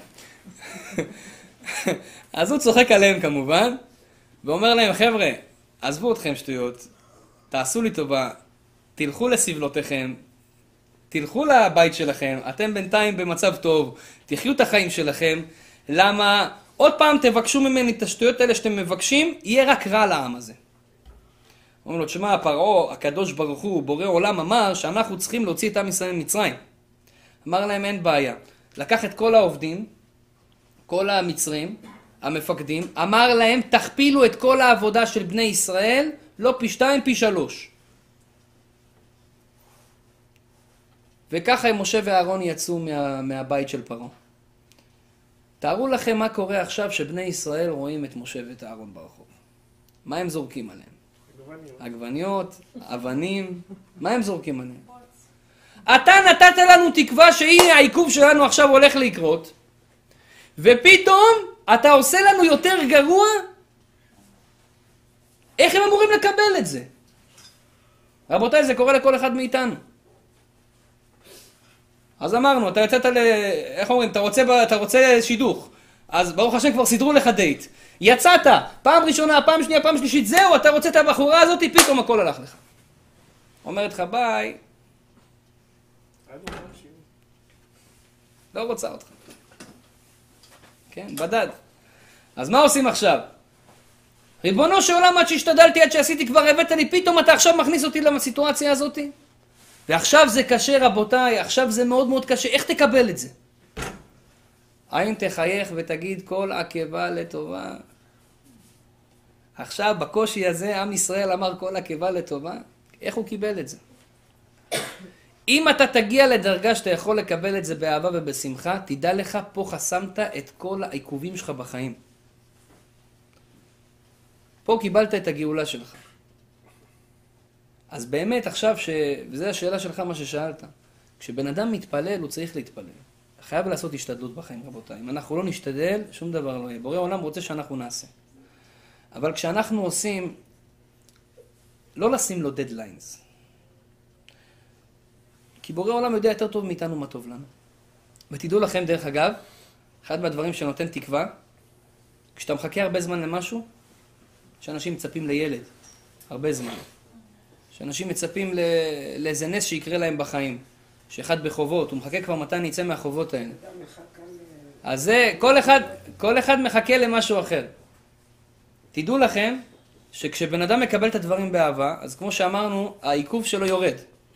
אז הוא צוחק עליהם כמובן, ואומר להם, חבר'ה, עזבו אתכם שטויות, תעשו לי טובה, תלכו לסבלותיכם, תלכו לבית שלכם, אתם בינתיים במצב טוב, תחיו את החיים שלכם, למה עוד פעם תבקשו ממני את השטויות האלה שאתם מבקשים, יהיה רק רע לעם הזה. אומרים לו, תשמע, פרעה, הקדוש ברוך הוא, בורא עולם, אמר שאנחנו צריכים להוציא את עם ישראל ממצרים. אמר להם, אין בעיה. לקח את כל העובדים, כל המצרים, המפקדים, אמר להם, תכפילו את כל העבודה של בני ישראל, לא פי שתיים, פי שלוש. וככה הם משה ואהרון יצאו מה, מהבית של פרעה. תארו לכם מה קורה עכשיו שבני ישראל רואים את משה ואת אהרון ברחוב. מה הם זורקים עליהם? עגבניות, אבנים, מה הם זורקים עליהם? אתה נתת לנו תקווה שהנה העיכוב שלנו עכשיו הולך לקרות, ופתאום אתה עושה לנו יותר גרוע? איך הם אמורים לקבל את זה? רבותיי, זה קורה לכל אחד מאיתנו. אז אמרנו, אתה יצאת ל... איך אומרים? אתה רוצה, אתה רוצה שידוך. אז ברוך השם כבר סידרו לך דייט. יצאת, פעם ראשונה, פעם שנייה, פעם שלישית, זהו, אתה רוצה את הבחורה הזאת, פתאום הכל הלך לך. אומרת לך, ביי. לא רוצה אותך. כן, בדד. אז מה עושים עכשיו? ריבונו של עולם, עד שהשתדלתי, עד שעשיתי, כבר הבאת לי, פתאום אתה עכשיו מכניס אותי לסיטואציה הזאת? ועכשיו זה קשה, רבותיי, עכשיו זה מאוד מאוד קשה. איך תקבל את זה? האם תחייך ותגיד כל עקבה לטובה? עכשיו, בקושי הזה, עם ישראל אמר כל עקבה לטובה? איך הוא קיבל את זה? אם אתה תגיע לדרגה שאתה יכול לקבל את זה באהבה ובשמחה, תדע לך, פה חסמת את כל העיכובים שלך בחיים. פה קיבלת את הגאולה שלך. אז באמת עכשיו, ש... וזו השאלה שלך מה ששאלת, כשבן אדם מתפלל, הוא צריך להתפלל. חייב לעשות השתדלות בחיים, רבותיי. אם אנחנו לא נשתדל, שום דבר לא יהיה. בורא עולם רוצה שאנחנו נעשה. אבל כשאנחנו עושים, לא לשים לו דדליינס. כי בורא עולם יודע יותר טוב מאיתנו מה טוב לנו. ותדעו לכם, דרך אגב, אחד מהדברים שנותן תקווה, כשאתה מחכה הרבה זמן למשהו, שאנשים מצפים לילד, הרבה זמן. שאנשים מצפים לאיזה נס שיקרה להם בחיים. שאחד בחובות, הוא מחכה כבר מתי ניצא מהחובות האלה. אז זה, כל אחד, כל אחד מחכה למשהו אחר. תדעו לכם שכשבן אדם מקבל את הדברים באהבה, אז כמו שאמרנו, העיכוב שלו יורד.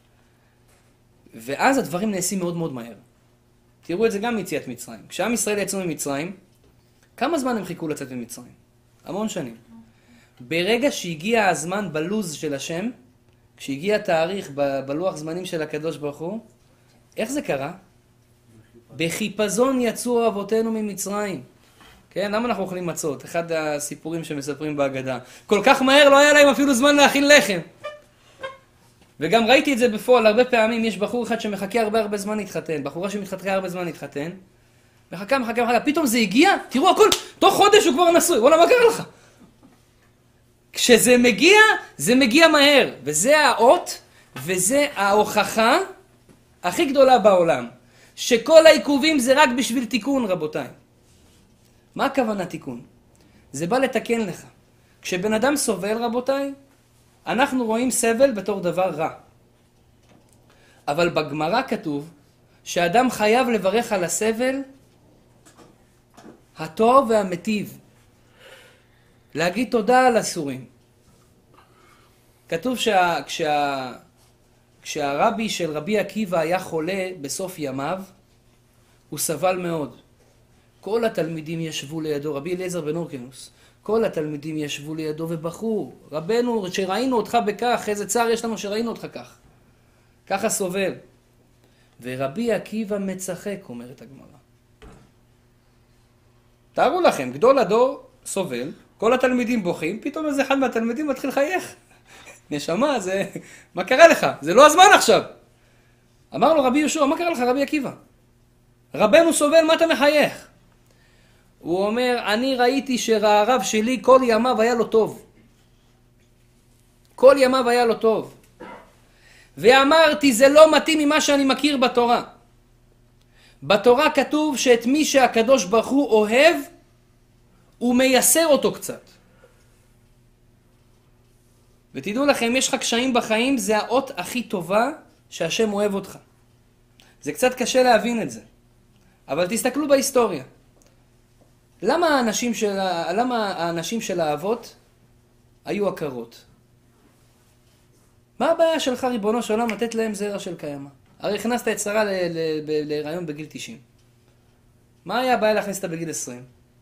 ואז הדברים נעשים מאוד מאוד מהר. תראו את זה גם מיציאת מצרים. כשעם ישראל יצאו ממצרים, כמה זמן הם חיכו לצאת ממצרים? המון שנים. ברגע שהגיע הזמן בלוז של השם, כשהגיע תאריך בלוח זמנים של הקדוש ברוך הוא, איך זה קרה? בחיפזון יצאו אבותינו ממצרים. כן, למה אנחנו אוכלים מצות? אחד הסיפורים שמספרים בהגדה. כל כך מהר לא היה להם אפילו זמן להכין לחם. וגם ראיתי את זה בפועל, הרבה פעמים יש בחור אחד שמחכה הרבה הרבה זמן להתחתן, בחורה שמתחתכה הרבה זמן להתחתן, מחכה, מחכה, מחכה, פתאום זה הגיע, תראו הכל, תוך חודש הוא כבר נשוי, וואלה, מה קרה לך? כשזה מגיע, זה מגיע מהר, וזה האות, וזה ההוכחה הכי גדולה בעולם, שכל העיכובים זה רק בשביל תיקון, רבותיי. מה הכוונה תיקון? זה בא לתקן לך. כשבן אדם סובל, רבותיי, אנחנו רואים סבל בתור דבר רע. אבל בגמרא כתוב שאדם חייב לברך על הסבל הטוב והמטיב. להגיד תודה על הסורים. כתוב שה, כשה, כשהרבי של רבי עקיבא היה חולה בסוף ימיו, הוא סבל מאוד. כל התלמידים ישבו לידו, רבי אליעזר בן הורקנוס, כל התלמידים ישבו לידו ובחרו, רבנו, שראינו אותך בכך, איזה צער יש לנו שראינו אותך כך. ככה סובל. ורבי עקיבא מצחק, אומרת הגמרא. תארו לכם, גדול הדור סובל, כל התלמידים בוכים, פתאום איזה אחד מהתלמידים מתחיל לחייך. נשמה, זה... מה קרה לך? זה לא הזמן עכשיו. אמר לו רבי יהושע, מה קרה לך רבי עקיבא? רבנו סובל, מה אתה מחייך? הוא אומר, אני ראיתי שהרב שלי כל ימיו היה לו טוב. כל ימיו היה לו טוב. ואמרתי, זה לא מתאים ממה שאני מכיר בתורה. בתורה כתוב שאת מי שהקדוש ברוך הוא אוהב, הוא מייסר אותו קצת. ותדעו לכם, יש לך קשיים בחיים, זה האות הכי טובה שהשם אוהב אותך. זה קצת קשה להבין את זה. אבל תסתכלו בהיסטוריה. למה האנשים של, למה האנשים של האבות היו עקרות? מה הבעיה שלך, ריבונו של עולם, לתת להם זרע של קיימא? הרי הכנסת את שרה להיריון בגיל תשעים. מה היה הבעיה להכניס אותה בגיל עשרים?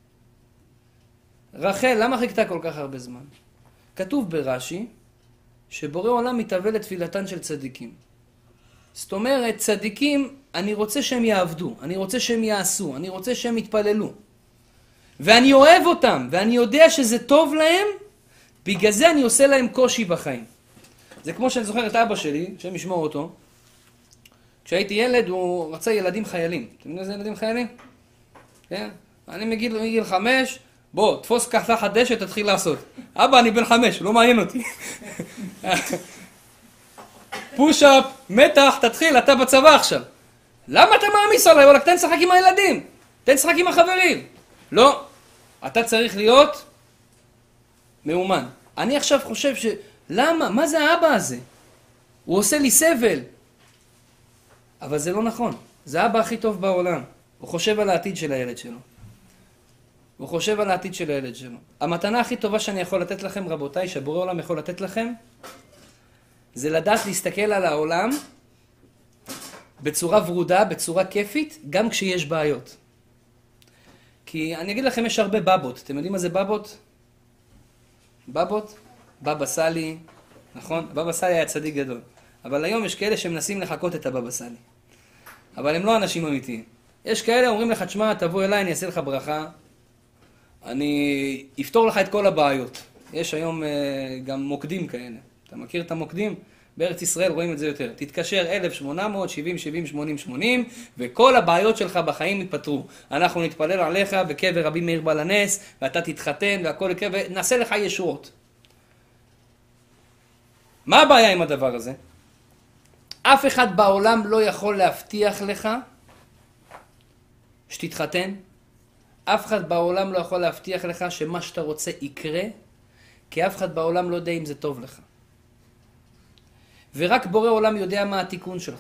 רחל, למה חיכתה כל כך הרבה זמן? כתוב ברש"י שבורא עולם מתהווה לתפילתן של צדיקים. זאת אומרת, צדיקים, אני רוצה שהם יעבדו, אני רוצה שהם יעשו, אני רוצה שהם יתפללו. ואני אוהב אותם, ואני יודע שזה טוב להם, בגלל זה אני עושה להם קושי בחיים. זה כמו שאני זוכר את אבא שלי, שהם ישמעו אותו. כשהייתי ילד, הוא רצה ילדים חיילים. אתם יודעים איזה ילדים חיילים? כן? אני מגיל, מגיל חמש, בוא, תפוס ככה חדשת, תתחיל לעשות. אבא, אני בן חמש, לא מעניין אותי. פוש-אפ, מתח, תתחיל, אתה בצבא עכשיו. למה אתה מעמיס עליי? וואלה, תן שחק עם הילדים, תן שחק עם החברים. לא, אתה צריך להיות מאומן. אני עכשיו חושב ש... למה? מה זה האבא הזה? הוא עושה לי סבל. אבל זה לא נכון. זה האבא הכי טוב בעולם. הוא חושב על העתיד של הילד שלו. הוא חושב על העתיד של הילד שלו. המתנה הכי טובה שאני יכול לתת לכם, רבותיי, שבורא עולם יכול לתת לכם, זה לדעת להסתכל על העולם בצורה ורודה, בצורה כיפית, גם כשיש בעיות. כי אני אגיד לכם, יש הרבה בבות. אתם יודעים מה זה בבות? בבות? בבא סאלי, נכון? בבא סאלי היה צדיק גדול. אבל היום יש כאלה שמנסים לחקות את הבבא סאלי. אבל הם לא אנשים אמיתיים. יש כאלה אומרים לך, תשמע, תבוא אליי, אני אעשה לך ברכה. אני אפתור לך את כל הבעיות. יש היום uh, גם מוקדים כאלה. אתה מכיר את המוקדים? בארץ ישראל רואים את זה יותר. תתקשר אלף שמונה מאות שבעים שבעים שמונים שמונים, וכל הבעיות שלך בחיים יתפתרו. אנחנו נתפלל עליך בקבר רבי מאיר בעל הנס, ואתה תתחתן והכל יקרה, ונעשה לך ישועות. מה הבעיה עם הדבר הזה? אף אחד בעולם לא יכול להבטיח לך שתתחתן. אף אחד בעולם לא יכול להבטיח לך שמה שאתה רוצה יקרה, כי אף אחד בעולם לא יודע אם זה טוב לך. ורק בורא עולם יודע מה התיקון שלך.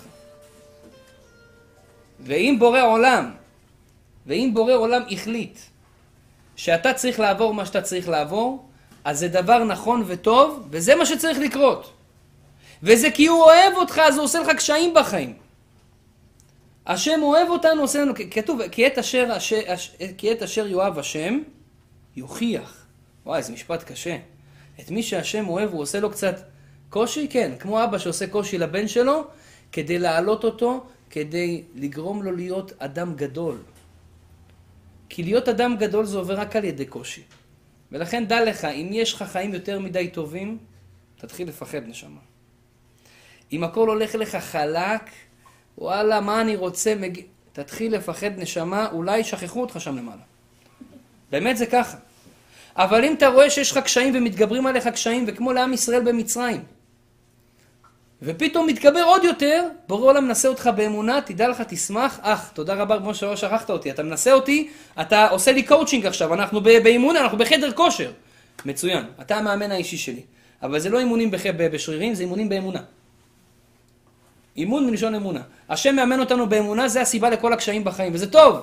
ואם בורא עולם, ואם בורא עולם החליט שאתה צריך לעבור מה שאתה צריך לעבור, אז זה דבר נכון וטוב, וזה מה שצריך לקרות. וזה כי הוא אוהב אותך, אז הוא עושה לך קשיים בחיים. השם אוהב אותנו, עושה לנו, כתוב, כי את אשר, אשר, כי את אשר יאהב השם, יוכיח. וואי, זה משפט קשה. את מי שהשם אוהב, הוא עושה לו קצת קושי, כן, כמו אבא שעושה קושי לבן שלו, כדי להעלות אותו, כדי לגרום לו להיות אדם גדול. כי להיות אדם גדול זה עובר רק על ידי קושי. ולכן דע לך, אם יש לך חיים יותר מדי טובים, תתחיל לפחד נשמה. אם הכל הולך לך חלק, וואלה, מה אני רוצה, מג... תתחיל לפחד נשמה, אולי שכחו אותך שם למעלה. באמת זה ככה. אבל אם אתה רואה שיש לך קשיים ומתגברים עליך קשיים, וכמו לעם ישראל במצרים, ופתאום מתגבר עוד יותר, בורא עולם מנסה אותך באמונה, תדע לך, תשמח, אך, תודה רבה כמו שלא שכחת אותי, אתה מנסה אותי, אתה עושה לי קואוצ'ינג עכשיו, אנחנו באמונה, אנחנו בחדר כושר. מצוין, אתה המאמן האישי שלי. אבל זה לא אימונים בשרירים, זה אימונים באמונה. אימון מלשון אמונה. השם מאמן אותנו באמונה, זה הסיבה לכל הקשיים בחיים, וזה טוב.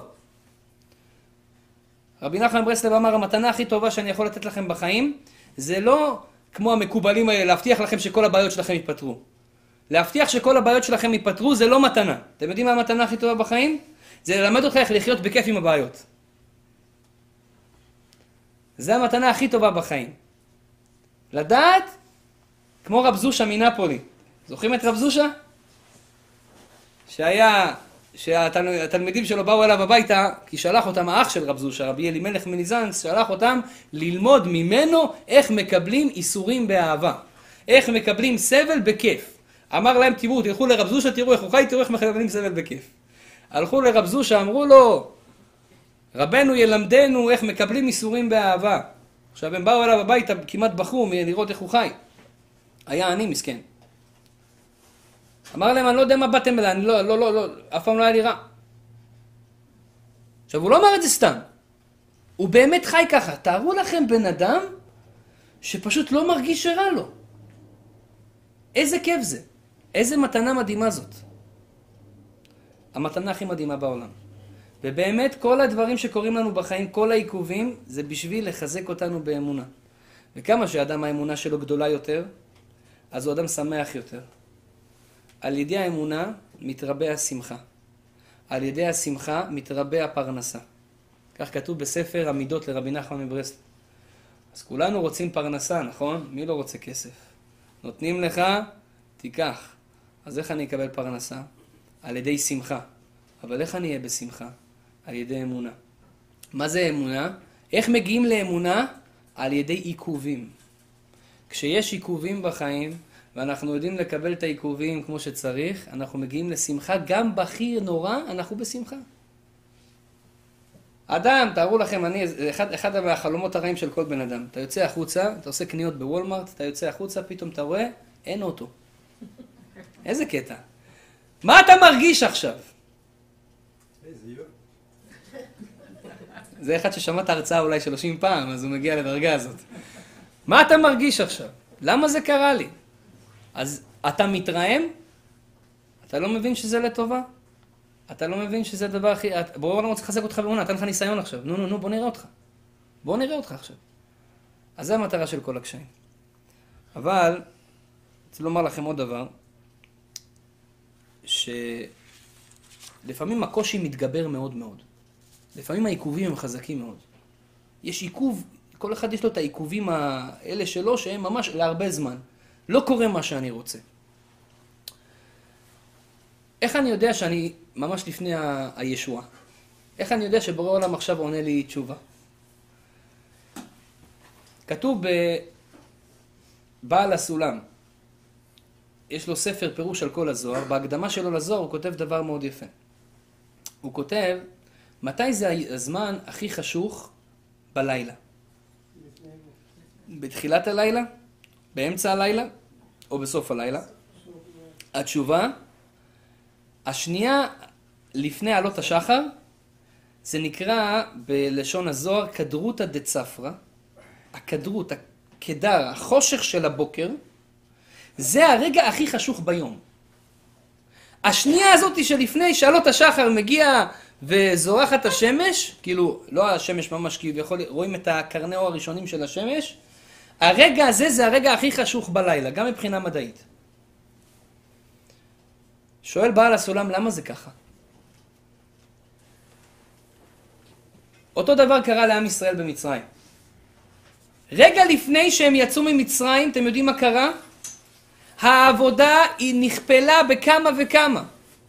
רבי נחמן מברסלב אמר, המתנה הכי טובה שאני יכול לתת לכם בחיים, זה לא כמו המקובלים האלה, להבטיח לכם שכל הבעיות שלכם ייפתרו. להבטיח שכל הבעיות שלכם ייפתרו, זה לא מתנה. אתם יודעים מה המתנה הכי טובה בחיים? זה ללמד אותך איך לחיות בכיף עם הבעיות. זה המתנה הכי טובה בחיים. לדעת, כמו רב זושה מנפולי. זוכרים את רב זושה? שהיה, שהתלמידים שלו באו אליו הביתה, כי שלח אותם האח של רב זושה, רבי אלימלך מליז'נסק, שלח אותם ללמוד ממנו איך מקבלים איסורים באהבה. איך מקבלים סבל בכיף. אמר להם, תראו, תלכו לרב זושה, תראו איך הוא חי, תראו איך מקבלים סבל בכיף. הלכו לרב זושה, אמרו לו, רבנו ילמדנו איך מקבלים איסורים באהבה. עכשיו הם באו אליו הביתה, כמעט בחרו לראות איך הוא חי. היה עני מסכן. אמר להם, אני לא יודע מה באתם אליי, אני לא, לא, לא, לא, אף פעם לא היה לי רע. עכשיו, הוא לא אמר את זה סתם. הוא באמת חי ככה. תארו לכם בן אדם שפשוט לא מרגיש שרע לו. איזה כיף זה. איזה מתנה מדהימה זאת. המתנה הכי מדהימה בעולם. ובאמת כל הדברים שקורים לנו בחיים, כל העיכובים, זה בשביל לחזק אותנו באמונה. וכמה שאדם האמונה שלו גדולה יותר, אז הוא אדם שמח יותר. על ידי האמונה מתרבה השמחה. על ידי השמחה מתרבה הפרנסה. כך כתוב בספר המידות לרבי נחמן מברסלב. אז כולנו רוצים פרנסה, נכון? מי לא רוצה כסף? נותנים לך, תיקח. אז איך אני אקבל פרנסה? על ידי שמחה. אבל איך אני אהיה בשמחה? על ידי אמונה. מה זה אמונה? איך מגיעים לאמונה? על ידי עיכובים. כשיש עיכובים בחיים, ואנחנו יודעים לקבל את העיכובים כמו שצריך, אנחנו מגיעים לשמחה, גם בכי נורא, אנחנו בשמחה. אדם, תארו לכם, אני, אחד, אחד מהחלומות הרעים של כל בן אדם. אתה יוצא החוצה, אתה עושה קניות בוולמרט, אתה יוצא החוצה, פתאום אתה רואה, אין אוטו. איזה קטע. מה אתה מרגיש עכשיו? זה אחד ששמע את ההרצאה אולי שלושים פעם, אז הוא מגיע לדרגה הזאת. מה אתה מרגיש עכשיו? למה זה קרה לי? אז אתה מתרעם? אתה לא מבין שזה לטובה? אתה לא מבין שזה הדבר הכי... בואו לא רוצה לחזק אותך באמונה, נתן לך ניסיון עכשיו. נו, נו, נו, בוא נראה אותך. בוא נראה אותך עכשיו. אז זה המטרה של כל הקשיים. אבל, רוצה לומר לכם עוד דבר, שלפעמים הקושי מתגבר מאוד מאוד. לפעמים העיכובים הם חזקים מאוד. יש עיכוב, כל אחד יש לו את העיכובים האלה שלו, שהם ממש להרבה זמן. לא קורה מה שאני רוצה. איך אני יודע שאני ממש לפני ה- הישוע? איך אני יודע שבורא עולם עכשיו עונה לי תשובה? כתוב בבעל הסולם, יש לו ספר פירוש על כל הזוהר, בהקדמה שלו לזוהר הוא כותב דבר מאוד יפה. הוא כותב, מתי זה הזמן הכי חשוך בלילה? בתחילת הלילה? באמצע הלילה? או בסוף הלילה? התשובה, השנייה לפני עלות השחר, זה נקרא בלשון הזוהר כדרותא דצפרא, הכדרות, הכדר, החושך של הבוקר, זה הרגע הכי חשוך ביום. השנייה הזאת שלפני שעלות השחר מגיע וזורחת השמש, כאילו, לא השמש ממש, כביכול רואים את הקרני אור הראשונים של השמש, הרגע הזה זה הרגע הכי חשוך בלילה, גם מבחינה מדעית. שואל בעל הסולם, למה זה ככה? אותו דבר קרה לעם ישראל במצרים. רגע לפני שהם יצאו ממצרים, אתם יודעים מה קרה? העבודה היא נכפלה בכמה וכמה.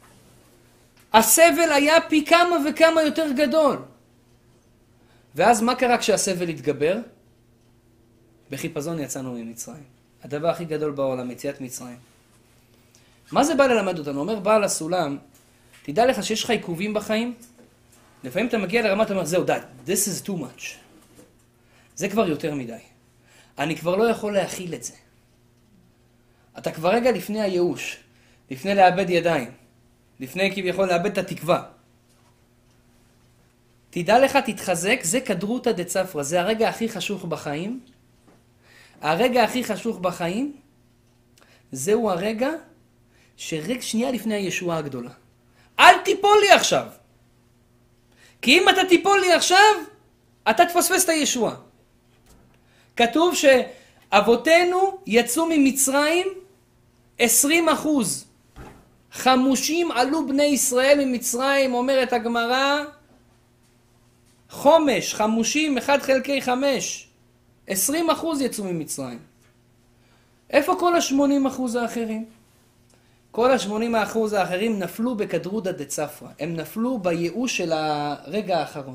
הסבל היה פי כמה וכמה יותר גדול. ואז מה קרה כשהסבל התגבר? בחיפזון יצאנו ממצרים. הדבר הכי גדול בעולם, יציאת מצרים. מה זה בא ללמד אותנו? אומר בעל הסולם, תדע לך שיש לך עיכובים בחיים, לפעמים אתה מגיע לרמת, אתה אומר, זהו, די, this is too much. זה כבר יותר מדי. אני כבר לא יכול להכיל את זה. אתה כבר רגע לפני הייאוש, לפני לאבד ידיים, לפני כביכול לאבד את התקווה. תדע לך, תתחזק, זה קדרותא דצפרא, זה הרגע הכי חשוך בחיים. הרגע הכי חשוך בחיים, זהו הרגע שרק שנייה לפני הישועה הגדולה. אל תיפול לי עכשיו. כי אם אתה תיפול לי עכשיו, אתה תפספס את הישועה. כתוב שאבותינו יצאו ממצרים עשרים אחוז. חמושים עלו בני ישראל ממצרים, אומרת הגמרא, חומש, חמושים, אחד חלקי חמש. עשרים אחוז יצאו ממצרים. איפה כל ה-שמונים אחוז האחרים? כל ה-שמונים אחוז האחרים נפלו בקדרותא דצפרא. הם נפלו בייאוש של הרגע האחרון.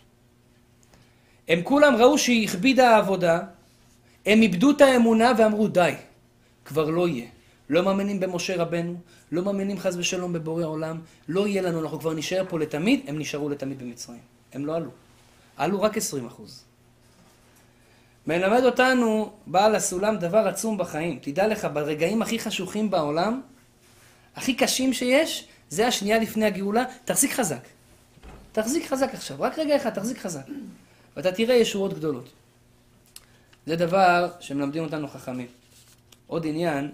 הם כולם ראו שהכבידה העבודה, הם איבדו את האמונה ואמרו די, כבר לא יהיה. לא מאמינים במשה רבנו, לא מאמינים חס ושלום בבורא עולם, לא יהיה לנו, אנחנו כבר נשאר פה לתמיד, הם נשארו לתמיד במצרים. הם לא עלו. עלו רק עשרים אחוז. מלמד אותנו בעל הסולם דבר עצום בחיים. תדע לך, ברגעים הכי חשוכים בעולם, הכי קשים שיש, זה השנייה לפני הגאולה, תחזיק חזק. תחזיק חזק עכשיו, רק רגע אחד, תחזיק חזק. ואתה תראה ישועות גדולות. זה דבר שמלמדים אותנו חכמים. עוד עניין,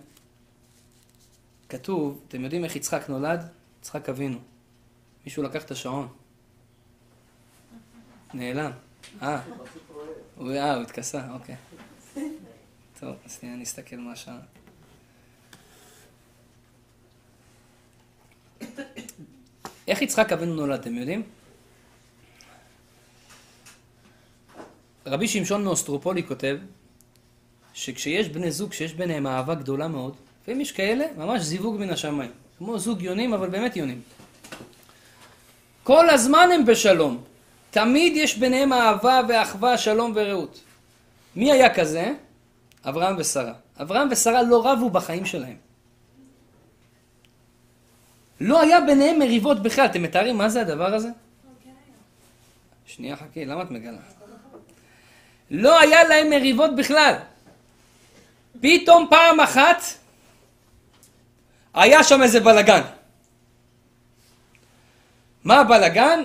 כתוב, אתם יודעים איך יצחק נולד? יצחק אבינו. מישהו לקח את השעון. נעלם. אה, הוא, אה, הוא התכסה, אוקיי. טוב, אז אני אסתכל מה השעה. איך יצחק אבינו נולד, אתם יודעים? רבי שמשון מאוסטרופולי כותב שכשיש בני זוג שיש ביניהם אהבה גדולה מאוד, לפעמים יש כאלה, ממש זיווג מן השמיים. כמו זוג יונים, אבל באמת יונים. כל הזמן הם בשלום. תמיד יש ביניהם אהבה ואחווה, שלום ורעות. מי היה כזה? אברהם ושרה. אברהם ושרה לא רבו בחיים שלהם. לא היה ביניהם מריבות בכלל. אתם מתארים מה זה הדבר הזה? שנייה חכי, למה את מגלה? לא היה להם מריבות בכלל. פתאום פעם אחת היה שם איזה בלגן. מה הבלגן?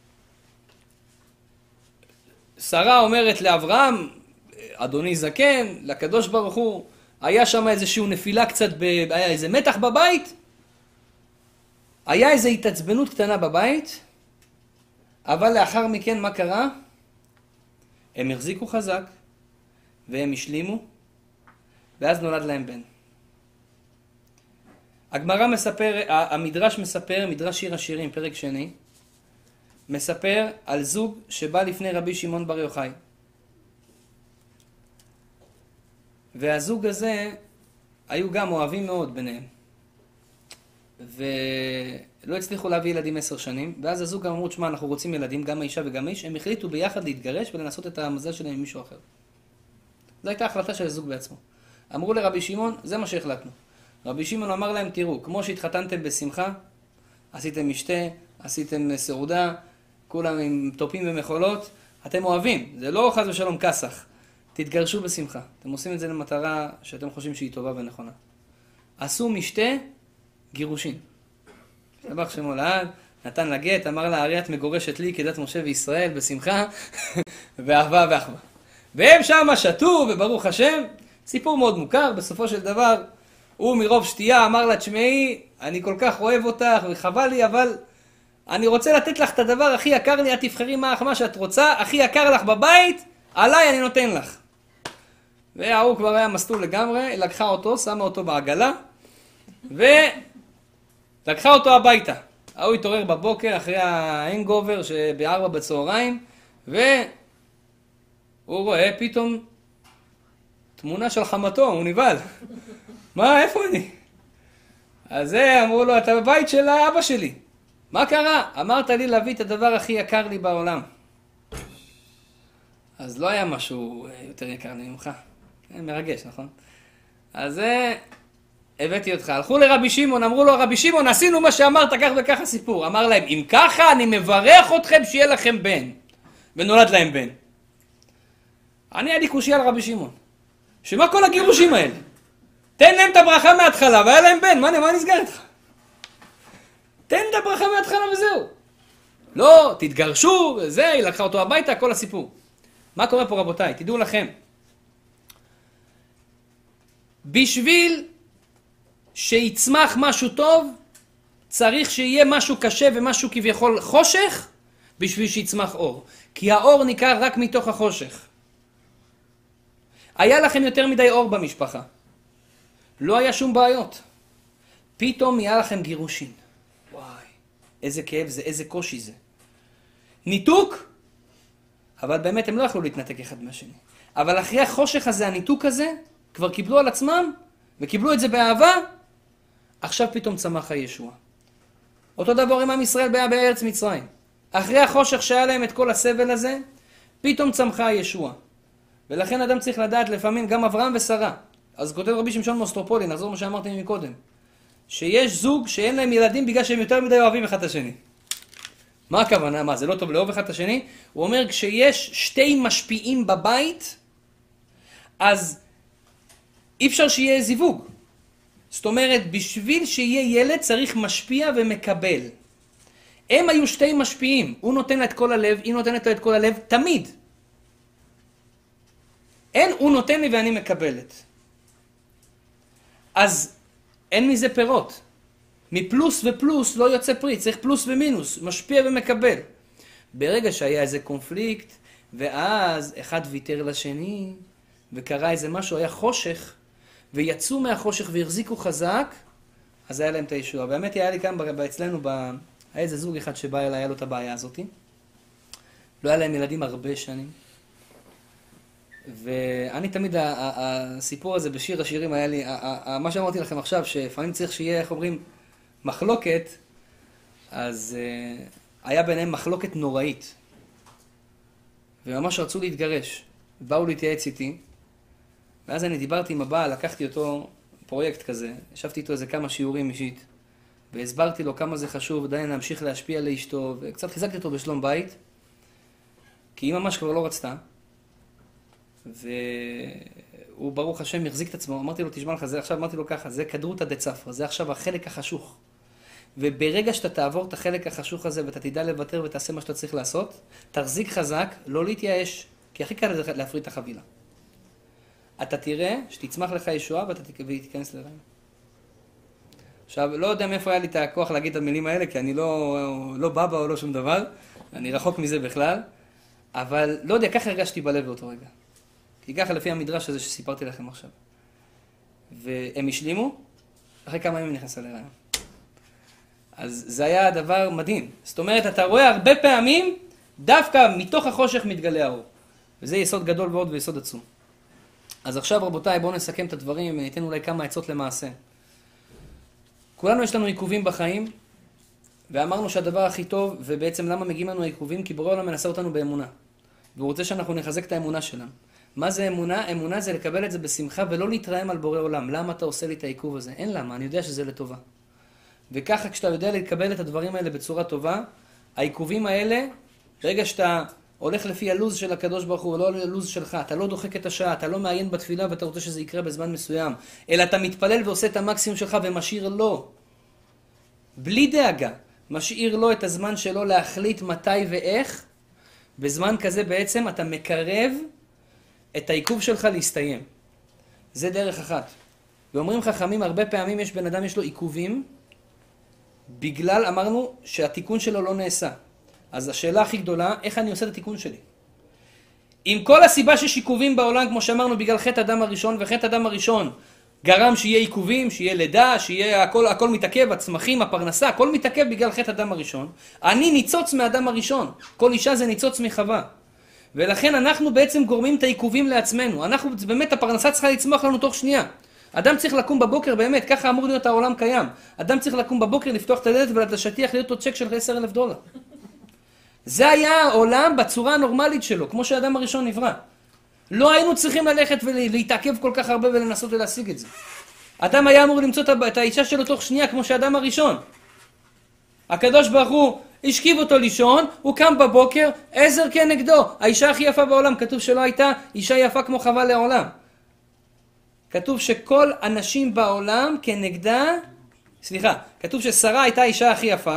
שרה אומרת לאברהם, אדוני זקן, לקדוש ברוך הוא, היה שם איזשהו נפילה קצת, ב... היה איזה מתח בבית, היה איזו התעצבנות קטנה בבית, אבל לאחר מכן מה קרה? הם החזיקו חזק, והם השלימו, ואז נולד להם בן. הגמרא מספר, המדרש מספר, מדרש שיר השירים, פרק שני, מספר על זוג שבא לפני רבי שמעון בר יוחאי. והזוג הזה היו גם אוהבים מאוד ביניהם. ולא הצליחו להביא ילדים עשר שנים, ואז הזוג אמרו, תשמע, אנחנו רוצים ילדים, גם האישה וגם האיש, הם החליטו ביחד להתגרש ולנסות את המזל שלהם עם מישהו אחר. זו הייתה החלטה של הזוג בעצמו. אמרו לרבי שמעון, זה מה שהחלטנו. רבי שמעון אמר להם, תראו, כמו שהתחתנתם בשמחה, עשיתם משתה, עשיתם סעודה, כולם עם טופים ומחולות, אתם אוהבים, זה לא חס ושלום כסח. תתגרשו בשמחה. אתם עושים את זה למטרה שאתם חושבים שהיא טובה ונכונה. עשו משתה, גירושין. שבח שמו לעד, נתן לגט, אמר לה, הרי את מגורשת לי כדת משה וישראל בשמחה, ואהבה ואחווה. והם שם שתו, וברוך השם, סיפור מאוד מוכר, בסופו של דבר, הוא מרוב שתייה אמר לה, תשמעי, אני כל כך אוהב אותך וחבל לי, אבל אני רוצה לתת לך את הדבר הכי יקר לי, את תבחרי מה, מה שאת רוצה, הכי יקר לך בבית, עליי אני נותן לך. והוא כבר היה מסלול לגמרי, לקחה אותו, שמה אותו בעגלה, ולקחה אותו הביתה. הוא התעורר בבוקר אחרי ההנגובר שבארבע בצהריים, והוא רואה פתאום תמונה של חמתו, הוא נבהל. מה, איפה אני? אז זה אמרו לו, אתה בבית של אבא שלי. מה קרה? אמרת לי להביא את הדבר הכי יקר לי בעולם. אז לא היה משהו יותר יקר לי ממך. מרגש, נכון? אז זה... הבאתי אותך. הלכו לרבי שמעון, אמרו לו, רבי שמעון, עשינו מה שאמרת, כך וכך הסיפור. אמר להם, אם ככה אני מברך אתכם שיהיה לכם בן. ונולד להם בן. אני היה לי קושי על רבי שמעון. שמה כל הגירושים האלה? תן להם את הברכה מההתחלה, והיה להם בן. מה, מה נסגר איתך? תן את הברכה מההתחלה וזהו. לא, תתגרשו, וזה, היא לקחה אותו הביתה, כל הסיפור. מה קורה פה רבותיי? תדעו לכם. בשביל שיצמח משהו טוב, צריך שיהיה משהו קשה ומשהו כביכול חושך, בשביל שיצמח אור. כי האור ניכר רק מתוך החושך. היה לכם יותר מדי אור במשפחה. לא היה שום בעיות. פתאום היה לכם גירושין. וואי, איזה כאב זה, איזה קושי זה. ניתוק, אבל באמת הם לא יכלו להתנתק אחד מהשני. אבל אחרי החושך הזה, הניתוק הזה, כבר קיבלו על עצמם, וקיבלו את זה באהבה, עכשיו פתאום צמח הישוע. אותו דבר עם עם ישראל בארץ מצרים. אחרי החושך שהיה להם את כל הסבל הזה, פתאום צמחה הישוע. ולכן אדם צריך לדעת לפעמים גם אברהם ושרה. אז כותב רבי שמשון מאוסטרופולי, נחזור מה שאמרתי מקודם, שיש זוג שאין להם ילדים בגלל שהם יותר מדי אוהבים אחד את השני. מה הכוונה? מה, זה לא טוב לאהוב אחד את השני? הוא אומר, כשיש שתי משפיעים בבית, אז אי אפשר שיהיה זיווג. זאת אומרת, בשביל שיהיה ילד צריך משפיע ומקבל. הם היו שתי משפיעים. הוא נותן לה את כל הלב, היא נותנת לו את כל הלב, תמיד. אין, הוא נותן לי ואני מקבלת. אז אין מזה פירות. מפלוס ופלוס לא יוצא פרי, צריך פלוס ומינוס, משפיע ומקבל. ברגע שהיה איזה קונפליקט, ואז אחד ויתר לשני, וקרה איזה משהו, היה חושך, ויצאו מהחושך והחזיקו חזק, אז היה להם את הישוע. באמת היה לי כאן אצלנו, היה איזה זוג אחד שבא אליי, היה לו את הבעיה הזאת. לא היה להם ילדים הרבה שנים. ואני תמיד, הסיפור הזה בשיר השירים היה לי, מה שאמרתי לכם עכשיו, שלפעמים צריך שיהיה, איך אומרים, מחלוקת, אז היה ביניהם מחלוקת נוראית. וממש רצו להתגרש. באו להתייעץ איתי, ואז אני דיברתי עם הבעל, לקחתי אותו פרויקט כזה, ישבתי איתו איזה כמה שיעורים אישית, והסברתי לו כמה זה חשוב עדיין להמשיך להשפיע לאשתו, וקצת חיזקתי אותו בשלום בית, כי היא ממש כבר לא רצתה, והוא ברוך השם יחזיק את עצמו, אמרתי לו תשמע לך, זה עכשיו אמרתי לו ככה, זה כדרותא דצפרא, זה עכשיו החלק החשוך. וברגע שאתה תעבור את החלק החשוך הזה ואתה תדע לוותר ותעשה מה שאתה צריך לעשות, תחזיק חזק, לא להתייאש, כי הכי קל להפריד את החבילה. אתה תראה שתצמח לך ישועה ואתה תיכנס לרעיון. עכשיו, לא יודע מאיפה היה לי את הכוח להגיד את המילים האלה, כי אני לא, לא בבא או לא שום דבר, אני רחוק מזה בכלל, אבל לא יודע, ככה הרגשתי בלב באותו רגע. כי ככה לפי המדרש הזה שסיפרתי לכם עכשיו. והם השלימו, אחרי כמה ימים נכנסה לרעיון. אז זה היה דבר מדהים. זאת אומרת, אתה רואה הרבה פעמים, דווקא מתוך החושך מתגלה האור. וזה יסוד גדול מאוד ויסוד עצום. אז עכשיו רבותיי, בואו נסכם את הדברים וניתן אולי כמה עצות למעשה. כולנו יש לנו עיכובים בחיים, ואמרנו שהדבר הכי טוב, ובעצם למה מגיעים לנו העיכובים? כי בורא עולם מנסה אותנו באמונה. והוא רוצה שאנחנו נחזק את האמונה שלנו. מה זה אמונה? אמונה זה לקבל את זה בשמחה ולא להתרעם על בורא עולם. למה אתה עושה לי את העיכוב הזה? אין למה, אני יודע שזה לטובה. וככה כשאתה יודע לקבל את הדברים האלה בצורה טובה, העיכובים האלה, ברגע שאתה הולך לפי הלוז של הקדוש ברוך הוא, ולא הלוז שלך, אתה לא דוחק את השעה, אתה לא מעיין בתפילה ואתה רוצה שזה יקרה בזמן מסוים, אלא אתה מתפלל ועושה את המקסימום שלך ומשאיר לו, בלי דאגה, משאיר לו את הזמן שלו להחליט מתי ואיך, בזמן כזה בעצם אתה מקרב את העיכוב שלך להסתיים. זה דרך אחת. ואומרים חכמים, הרבה פעמים יש בן אדם, יש לו עיכובים, בגלל, אמרנו, שהתיקון שלו לא נעשה. אז השאלה הכי גדולה, איך אני עושה את התיקון שלי? עם כל הסיבה שיש עיכובים בעולם, כמו שאמרנו, בגלל חטא אדם הראשון, וחטא אדם הראשון גרם שיהיה עיכובים, שיהיה לידה, שיהיה הכל, הכל מתעכב, הצמחים, הפרנסה, הכל מתעכב בגלל חטא אדם הראשון. אני ניצוץ מאדם הראשון. כל אישה זה ניצוץ מחווה. ולכן אנחנו בעצם גורמים את העיכובים לעצמנו. אנחנו, באמת, הפרנסה צריכה לצמוח לנו תוך שנייה. אדם צריך לקום בבוקר, באמת, ככה אמור להיות העולם קיים. אדם צריך לקום בבוקר, לפתוח את הדלת ולשטיח להיות לו צ'ק של עשרת אלפים דולר. זה היה העולם בצורה הנורמלית שלו, כמו שהאדם הראשון נברא. לא היינו צריכים ללכת ולהתעכב כל כך הרבה ולנסות ולהשיג את זה. אדם היה אמור למצוא את האישה שלו תוך שנייה, כמו שהאדם הראשון. הקדוש ברוך הוא השכיב אותו לישון, הוא קם בבוקר, עזר כנגדו. האישה הכי יפה בעולם, כתוב שלא הייתה אישה יפה כמו חווה לעולם. כתוב שכל הנשים בעולם כנגדה, סליחה, כתוב ששרה הייתה האישה הכי יפה,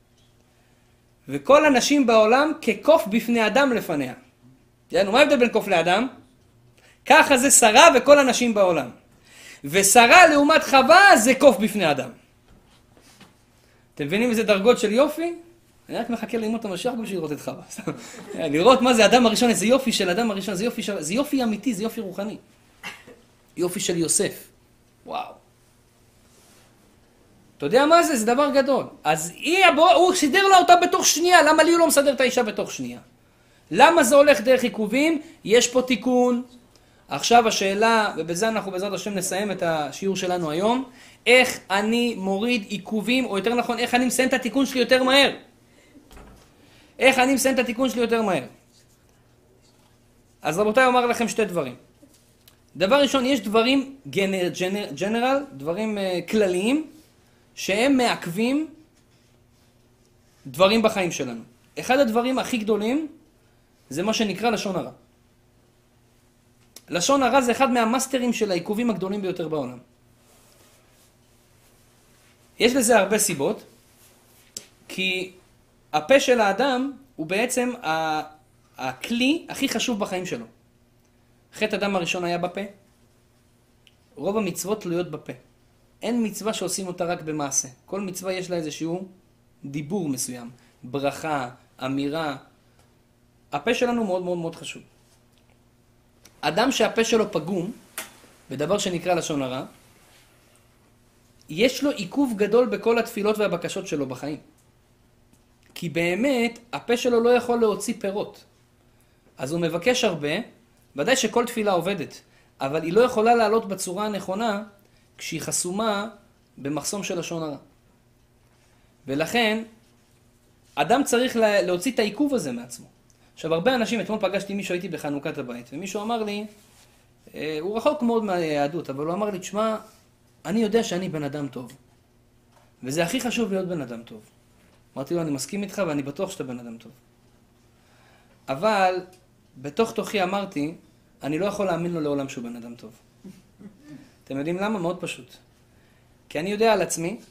וכל הנשים בעולם כקוף בפני אדם לפניה. יענו, מה ההבדל בין קוף לאדם? ככה זה שרה וכל הנשים בעולם. ושרה לעומת חווה זה קוף בפני אדם. אתם מבינים איזה דרגות של יופי? אני רק מחכה לימות המשיח בשביל לראות את חווה. לראות מה זה אדם הראשון, איזה יופי של אדם הראשון, זה יופי, של... זה יופי אמיתי, זה יופי רוחני. יופי של יוסף. וואו. אתה יודע מה זה? זה דבר גדול. אז היא, הוא סידר לה אותה בתוך שנייה. למה לי הוא לא מסדר את האישה בתוך שנייה? למה זה הולך דרך עיכובים? יש פה תיקון. עכשיו השאלה, ובזה אנחנו בעזרת השם נסיים את השיעור שלנו היום, איך אני מוריד עיכובים, או יותר נכון, איך אני מסיים את התיקון שלי יותר מהר. איך אני מסיים את התיקון שלי יותר מהר. אז רבותיי, אומר לכם שתי דברים. דבר ראשון, יש דברים גנר, גנר, ג'נרל, דברים uh, כלליים, שהם מעכבים דברים בחיים שלנו. אחד הדברים הכי גדולים, זה מה שנקרא לשון הרע. לשון הרע זה אחד מהמאסטרים של העיכובים הגדולים ביותר בעולם. יש לזה הרבה סיבות, כי הפה של האדם הוא בעצם הכלי הכי חשוב בחיים שלו. חטא אדם הראשון היה בפה. רוב המצוות תלויות בפה. אין מצווה שעושים אותה רק במעשה. כל מצווה יש לה איזשהו דיבור מסוים. ברכה, אמירה. הפה שלנו מאוד מאוד מאוד חשוב. אדם שהפה שלו פגום, בדבר שנקרא לשון הרע, יש לו עיכוב גדול בכל התפילות והבקשות שלו בחיים. כי באמת, הפה שלו לא יכול להוציא פירות. אז הוא מבקש הרבה, ודאי שכל תפילה עובדת, אבל היא לא יכולה לעלות בצורה הנכונה, כשהיא חסומה במחסום של לשון הרע. ולכן, אדם צריך להוציא את העיכוב הזה מעצמו. עכשיו, הרבה אנשים, אתמול פגשתי מישהו, הייתי בחנוכת הבית, ומישהו אמר לי, הוא רחוק מאוד מהיהדות, אבל הוא אמר לי, תשמע, אני יודע שאני בן אדם טוב. וזה הכי חשוב להיות בן אדם טוב. אמרתי לו, אני מסכים איתך ואני בטוח שאתה בן אדם טוב. אבל, בתוך תוכי אמרתי, אני לא יכול להאמין לו לעולם שהוא בן אדם טוב. אתם יודעים למה? מאוד פשוט. כי אני יודע על עצמי,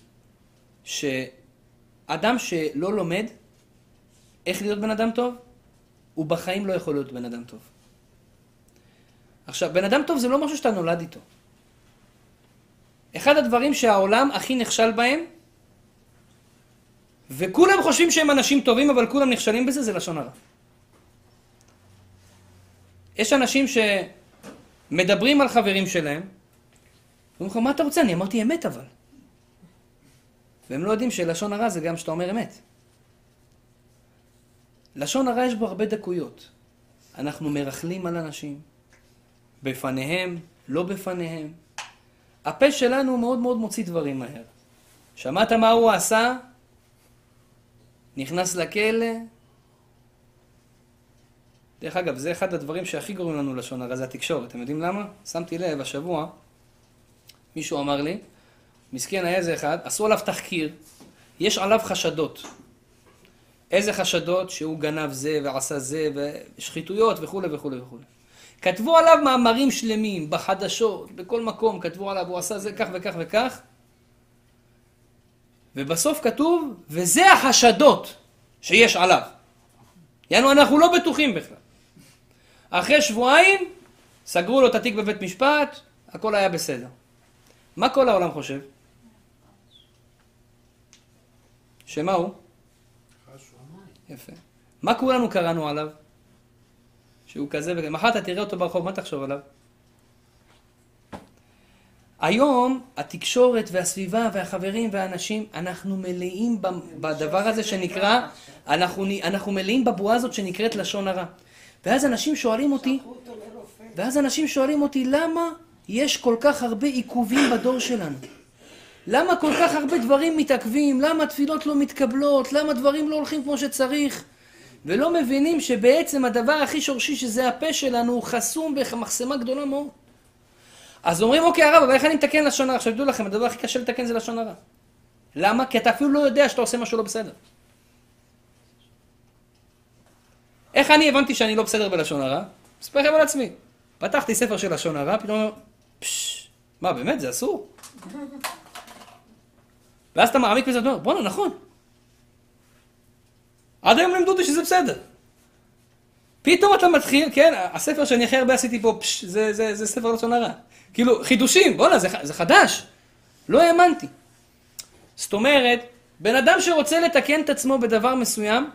שאדם שלא לומד איך להיות בן אדם טוב, הוא בחיים לא יכול להיות בן אדם טוב. עכשיו, בן אדם טוב זה לא משהו שאתה נולד איתו. אחד הדברים שהעולם הכי נכשל בהם, וכולם חושבים שהם אנשים טובים, אבל כולם נכשלים בזה, זה לשון הרע. יש אנשים שמדברים על חברים שלהם, ואומרים לך, מה אתה רוצה? אני אמרתי אמת אבל. והם לא יודעים שלשון הרע זה גם שאתה אומר אמת. לשון הרע יש בו הרבה דקויות. אנחנו מרחלים על אנשים, בפניהם, לא בפניהם. הפה שלנו מאוד מאוד מוציא דברים מהר. שמעת מה הוא עשה? נכנס לכלא. דרך אגב, זה אחד הדברים שהכי גורמים לנו לשון הרע, זה התקשורת. אתם יודעים למה? שמתי לב, השבוע, מישהו אמר לי, מסכן היה איזה אחד, עשו עליו תחקיר, יש עליו חשדות. איזה חשדות? שהוא גנב זה ועשה זה, ושחיתויות וכו' וכו' וכו'. כתבו עליו מאמרים שלמים, בחדשות, בכל מקום, כתבו עליו, הוא עשה זה כך וכך וכך, ובסוף כתוב, וזה החשדות שיש עליו. יענו, אנחנו לא בטוחים בכלל. אחרי שבועיים, סגרו לו את התיק בבית משפט, הכל היה בסדר. מה כל העולם חושב? שמה הוא? יפה. מה כולנו קראנו עליו? שהוא כזה וכזה. מחר אתה תראה אותו ברחוב, מה תחשוב עליו? היום התקשורת והסביבה והחברים והאנשים, אנחנו מלאים בדבר הזה שנקרא, אנחנו, אנחנו מלאים בבועה הזאת שנקראת לשון הרע. ואז אנשים שואלים אותי, ואז אנשים שואלים אותי, למה יש כל כך הרבה עיכובים בדור שלנו? למה כל כך הרבה דברים מתעכבים? למה תפילות לא מתקבלות? למה דברים לא הולכים כמו שצריך? ולא מבינים שבעצם הדבר הכי שורשי שזה הפה שלנו הוא חסום במחסמה גדולה מאוד. אז אומרים, אוקיי הרב, אבל איך אני מתקן לשון הרע? עכשיו תדעו לכם, הדבר הכי קשה לתקן זה לשון הרע. למה? כי אתה אפילו לא יודע שאתה עושה משהו לא בסדר. איך אני הבנתי שאני לא בסדר בלשון הרע? אספר לכם על עצמי. פתחתי ספר של לשון הרע, פתאום אומר, פשש, מה באמת? זה אסור? ואז אתה מעמיק בזה, בוא'נה, נכון. עד היום לימדו אותי שזה בסדר. פתאום אתה מתחיל, כן, הספר שאני הכי הרבה עשיתי פה, פש, זה, זה, זה ספר לשון הרע. כאילו, חידושים, בוא'נה, זה, זה חדש. לא האמנתי. זאת אומרת, בן אדם שרוצה לתקן את עצמו בדבר מסוים,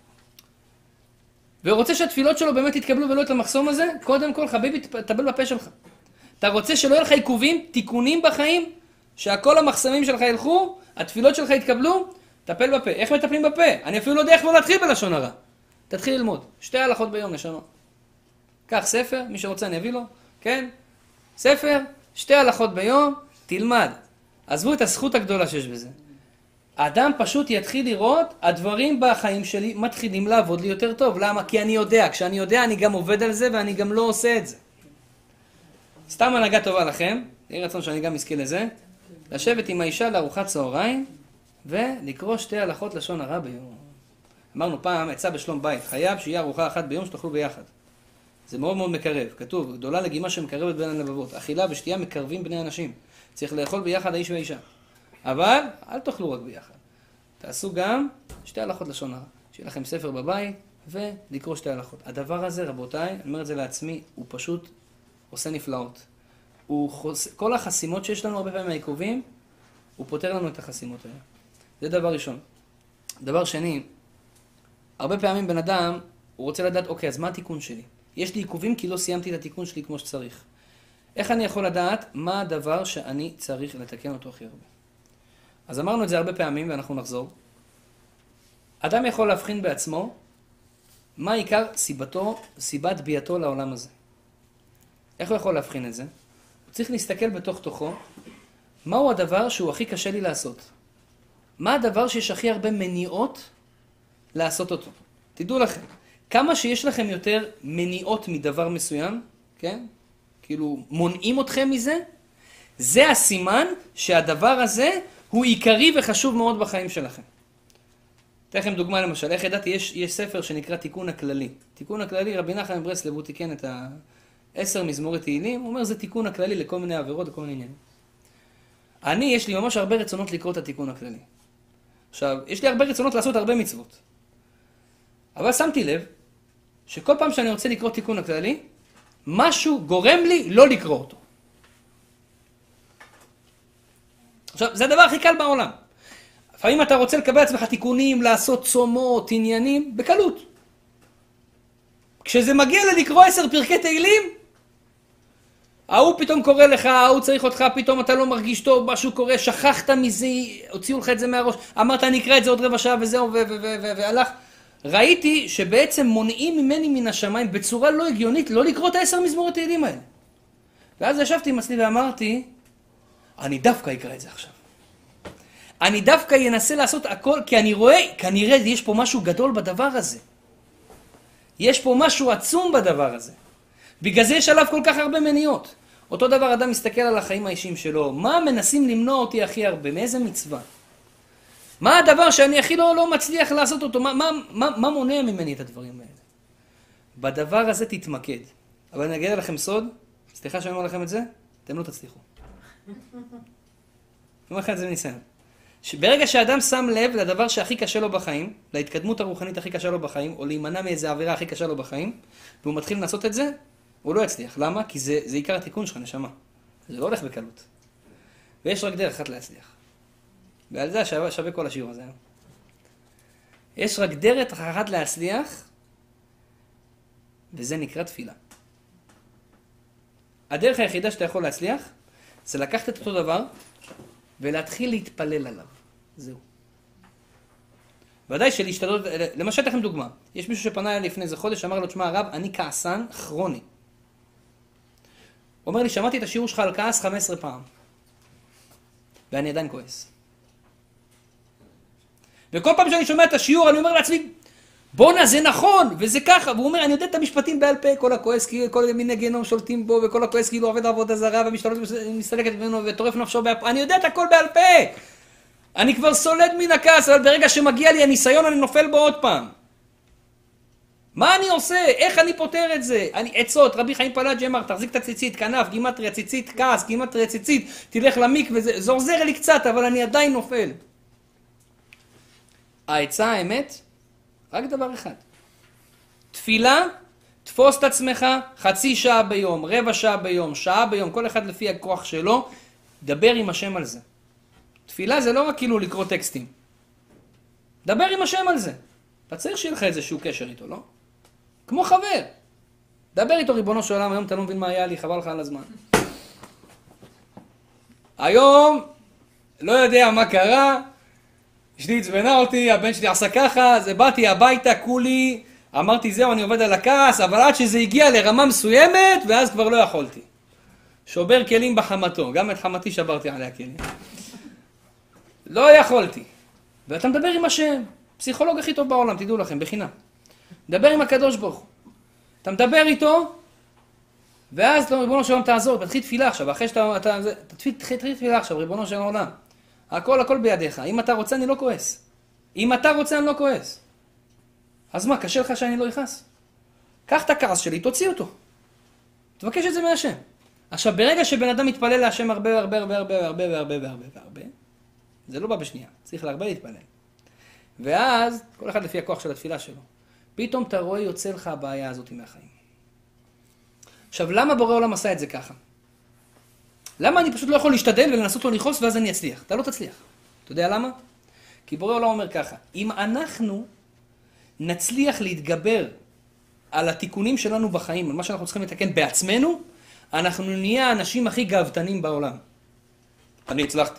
ורוצה שהתפילות שלו באמת יתקבלו ולא את המחסום הזה, קודם כל, חביבי, תטבל בפה שלך. אתה רוצה שלא יהיה לך עיכובים, תיקונים בחיים, שהכל המחסמים שלך ילכו, התפילות שלך יתקבלו, טפל בפה. איך מטפלים בפה? אני אפילו לא יודע איך לא להתחיל בלשון הרע. תתחיל ללמוד. שתי הלכות ביום, נשמה. קח ספר, מי שרוצה אני אביא לו, כן? ספר, שתי הלכות ביום, תלמד. עזבו את הזכות הגדולה שיש בזה. האדם פשוט יתחיל לראות, הדברים בחיים שלי מתחילים לעבוד לי יותר טוב. למה? כי אני יודע. כשאני יודע, אני גם עובד על זה ואני גם לא עושה את זה. סתם הנהגה טובה לכם, יהיה רצון שאני גם אזכה לזה, לשבת עם האישה לארוחת צהריים, ולקרוא שתי הלכות לשון הרע ביום. אמרנו פעם, עצה בשלום בית, חייב שיהיה ארוחה אחת ביום שתאכלו ביחד. זה מאוד מאוד מקרב. כתוב, גדולה לגימה שמקרבת בין הלבבות. אכילה ושתייה מקרבים בני אנשים. צריך לאכול ביחד האיש והאישה. אבל אל תאכלו רק ביחד. תעשו גם שתי הלכות לשון הרע. שיהיה לכם ספר בבית ולקרוא שתי הלכות. הדבר הזה, רבותיי, אני אומר את זה לעצמי, הוא פשוט עושה נפלאות. הוא חוס... כל החסימות שיש לנו הרבה פעמים מהעיכובים, הוא פותר לנו את החסימות האלה. זה דבר ראשון. דבר שני, הרבה פעמים בן אדם, הוא רוצה לדעת, אוקיי, אז מה התיקון שלי? יש לי עיכובים כי לא סיימתי את התיקון שלי כמו שצריך. איך אני יכול לדעת מה הדבר שאני צריך לתקן אותו הכי הרבה? אז אמרנו את זה הרבה פעמים ואנחנו נחזור. אדם יכול להבחין בעצמו מה עיקר סיבתו, סיבת ביאתו לעולם הזה. איך הוא יכול להבחין את זה? הוא צריך להסתכל בתוך תוכו, מהו הדבר שהוא הכי קשה לי לעשות? מה הדבר שיש הכי הרבה מניעות לעשות אותו? תדעו לכם, כמה שיש לכם יותר מניעות מדבר מסוים, כן? כאילו מונעים אתכם מזה, זה הסימן שהדבר הזה הוא עיקרי וחשוב מאוד בחיים שלכם. אתן לכם דוגמה למשל, איך ידעתי, יש, יש ספר שנקרא תיקון הכללי. תיקון הכללי, רבי נחמן מברסלב הוא תיקן את העשר מזמורי תהילים, הוא אומר זה תיקון הכללי לכל מיני עבירות וכל מיני עניינים. אני, יש לי ממש הרבה רצונות לקרוא את התיקון הכללי. עכשיו, יש לי הרבה רצונות לעשות הרבה מצוות. אבל שמתי לב שכל פעם שאני רוצה לקרוא תיקון הכללי, משהו גורם לי לא לקרוא אותו. עכשיו, זה הדבר הכי קל בעולם. לפעמים אתה רוצה לקבל עצמך תיקונים, לעשות צומות, עניינים, בקלות. כשזה מגיע ללקרוא עשר פרקי תהילים, ההוא פתאום קורא לך, ההוא צריך אותך, פתאום אתה לא מרגיש טוב, משהו קורה, שכחת מזה, הוציאו לך את זה מהראש, אמרת אני אקרא את זה עוד רבע שעה וזהו, והלך. ראיתי שבעצם מונעים ממני מן השמיים בצורה לא הגיונית, לא לקרוא את העשר מזמורי תהילים האלה. ואז ישבתי עם עצמי ואמרתי, אני דווקא אקרא את זה עכשיו. אני דווקא ינסה לעשות הכל, כי אני רואה, כנראה יש פה משהו גדול בדבר הזה. יש פה משהו עצום בדבר הזה. בגלל זה יש עליו כל כך הרבה מניעות. אותו דבר אדם מסתכל על החיים האישיים שלו. מה מנסים למנוע אותי הכי הרבה? מאיזה מצווה? מה הדבר שאני הכי לא, לא מצליח לעשות אותו? מה, מה, מה, מה מונע ממני את הדברים האלה? בדבר הזה תתמקד. אבל אני אגיד לכם סוד, סליחה שאני אומר לכם את זה, אתם לא תצליחו. אני אומר לכם את זה בניסיון. שברגע שאדם שם לב לדבר שהכי קשה לו בחיים, להתקדמות הרוחנית הכי קשה לו בחיים, או להימנע מאיזה עבירה הכי קשה לו בחיים, והוא מתחיל לעשות את זה, הוא לא יצליח. למה? כי זה, זה עיקר התיקון שלך, נשמה. זה לא הולך בקלות. ויש רק דרך אחת להצליח. ועל זה שווה, שווה כל השיעור הזה. יש רק דרך אחת להצליח, וזה נקרא תפילה. הדרך היחידה שאתה יכול להצליח, זה לקחת את אותו דבר, ולהתחיל להתפלל עליו. זהו. ודאי שלהשתדלות, למשל לכם דוגמה, יש מישהו שפנה אליי לפני איזה חודש, אמר לו, תשמע הרב, אני כעסן כרוני. הוא אומר לי, שמעתי את השיעור שלך על כעס חמש עשרה פעם. ואני עדיין כועס. וכל פעם שאני שומע את השיעור, אני אומר לעצמי, בונה, זה נכון, וזה ככה. והוא אומר, אני יודע את המשפטים בעל פה, כל הכועס, כל מיני גיהנום שולטים בו, וכל הכועס כאילו עובד עבודה זרה, ומשתלט מסתלקת ממנו, וטורף נפשו בעל פה. אני יודע את הכל בעל פה. אני כבר סולד מן הכעס, אבל ברגע שמגיע לי הניסיון, אני נופל בו עוד פעם. מה אני עושה? איך אני פותר את זה? אני, עצות, רבי חיים פלאג'י אמר, תחזיק את הציצית, כנף, גימטריה, ציצית, כעס, גימטריה, ציצית, תלך למיק, וזה עוזר לי קצת, אבל אני עדיין נופל. העצה, האמת, רק דבר אחד. תפילה, תפוס את עצמך חצי שעה ביום, רבע שעה ביום, שעה ביום, כל אחד לפי הכוח שלו, דבר עם השם על זה. תפילה זה לא רק כאילו לקרוא טקסטים. דבר עם השם על זה. אתה צריך שיהיה לך איזשהו קשר איתו, לא? כמו חבר. דבר איתו, ריבונו של עולם, היום אתה לא מבין מה היה לי, חבל לך על הזמן. היום, לא יודע מה קרה, אשתי עצבנה אותי, הבן שלי עשה ככה, אז באתי הביתה, כולי, אמרתי זהו, אני עובד על הכעס, אבל עד שזה הגיע לרמה מסוימת, ואז כבר לא יכולתי. שובר כלים בחמתו, גם את חמתי שברתי עליה כלים. לא יכולתי. ואתה מדבר עם השם, פסיכולוג הכי טוב בעולם, תדעו לכם, בחינם. מדבר עם הקדוש ברוך הוא. אתה מדבר איתו, ואז ריבונו של עולם תעזור, תתחיל תפילה עכשיו, אחרי שאתה, אתה, תתחיל תפילה עכשיו, ריבונו של עולם. הכל, הכל בידיך. אם אתה רוצה, אני לא כועס. אם אתה רוצה, אני לא כועס. אז מה, קשה לך שאני לא יכעס? קח את הכעס שלי, תוציא אותו. תבקש את זה מהשם. עכשיו, ברגע שבן אדם מתפלל להשם הרבה, הרבה, הרבה, הרבה, הרבה, הרבה, הרבה, הרבה, זה לא בא בשנייה. צריך להרבה להתפלל. ואז, כל אחד לפי הכוח של התפילה שלו. פתאום אתה רואה יוצא לך הבעיה הזאת מהחיים. עכשיו, למה בורא עולם עשה את זה ככה? למה אני פשוט לא יכול להשתדל ולנסות לו לכעוס ואז אני אצליח? אתה לא תצליח. אתה יודע למה? כי בורא עולם אומר ככה, אם אנחנו נצליח להתגבר על התיקונים שלנו בחיים, על מה שאנחנו צריכים לתקן בעצמנו, אנחנו נהיה האנשים הכי גאוותנים בעולם. אני הצלחתי.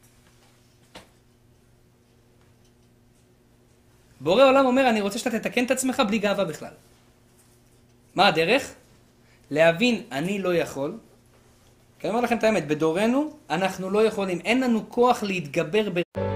בורא עולם אומר, אני רוצה שאתה תתקן את עצמך בלי גאווה בכלל. מה הדרך? להבין, אני לא יכול. כי אני אומר לכם את האמת, בדורנו אנחנו לא יכולים, אין לנו כוח להתגבר ב...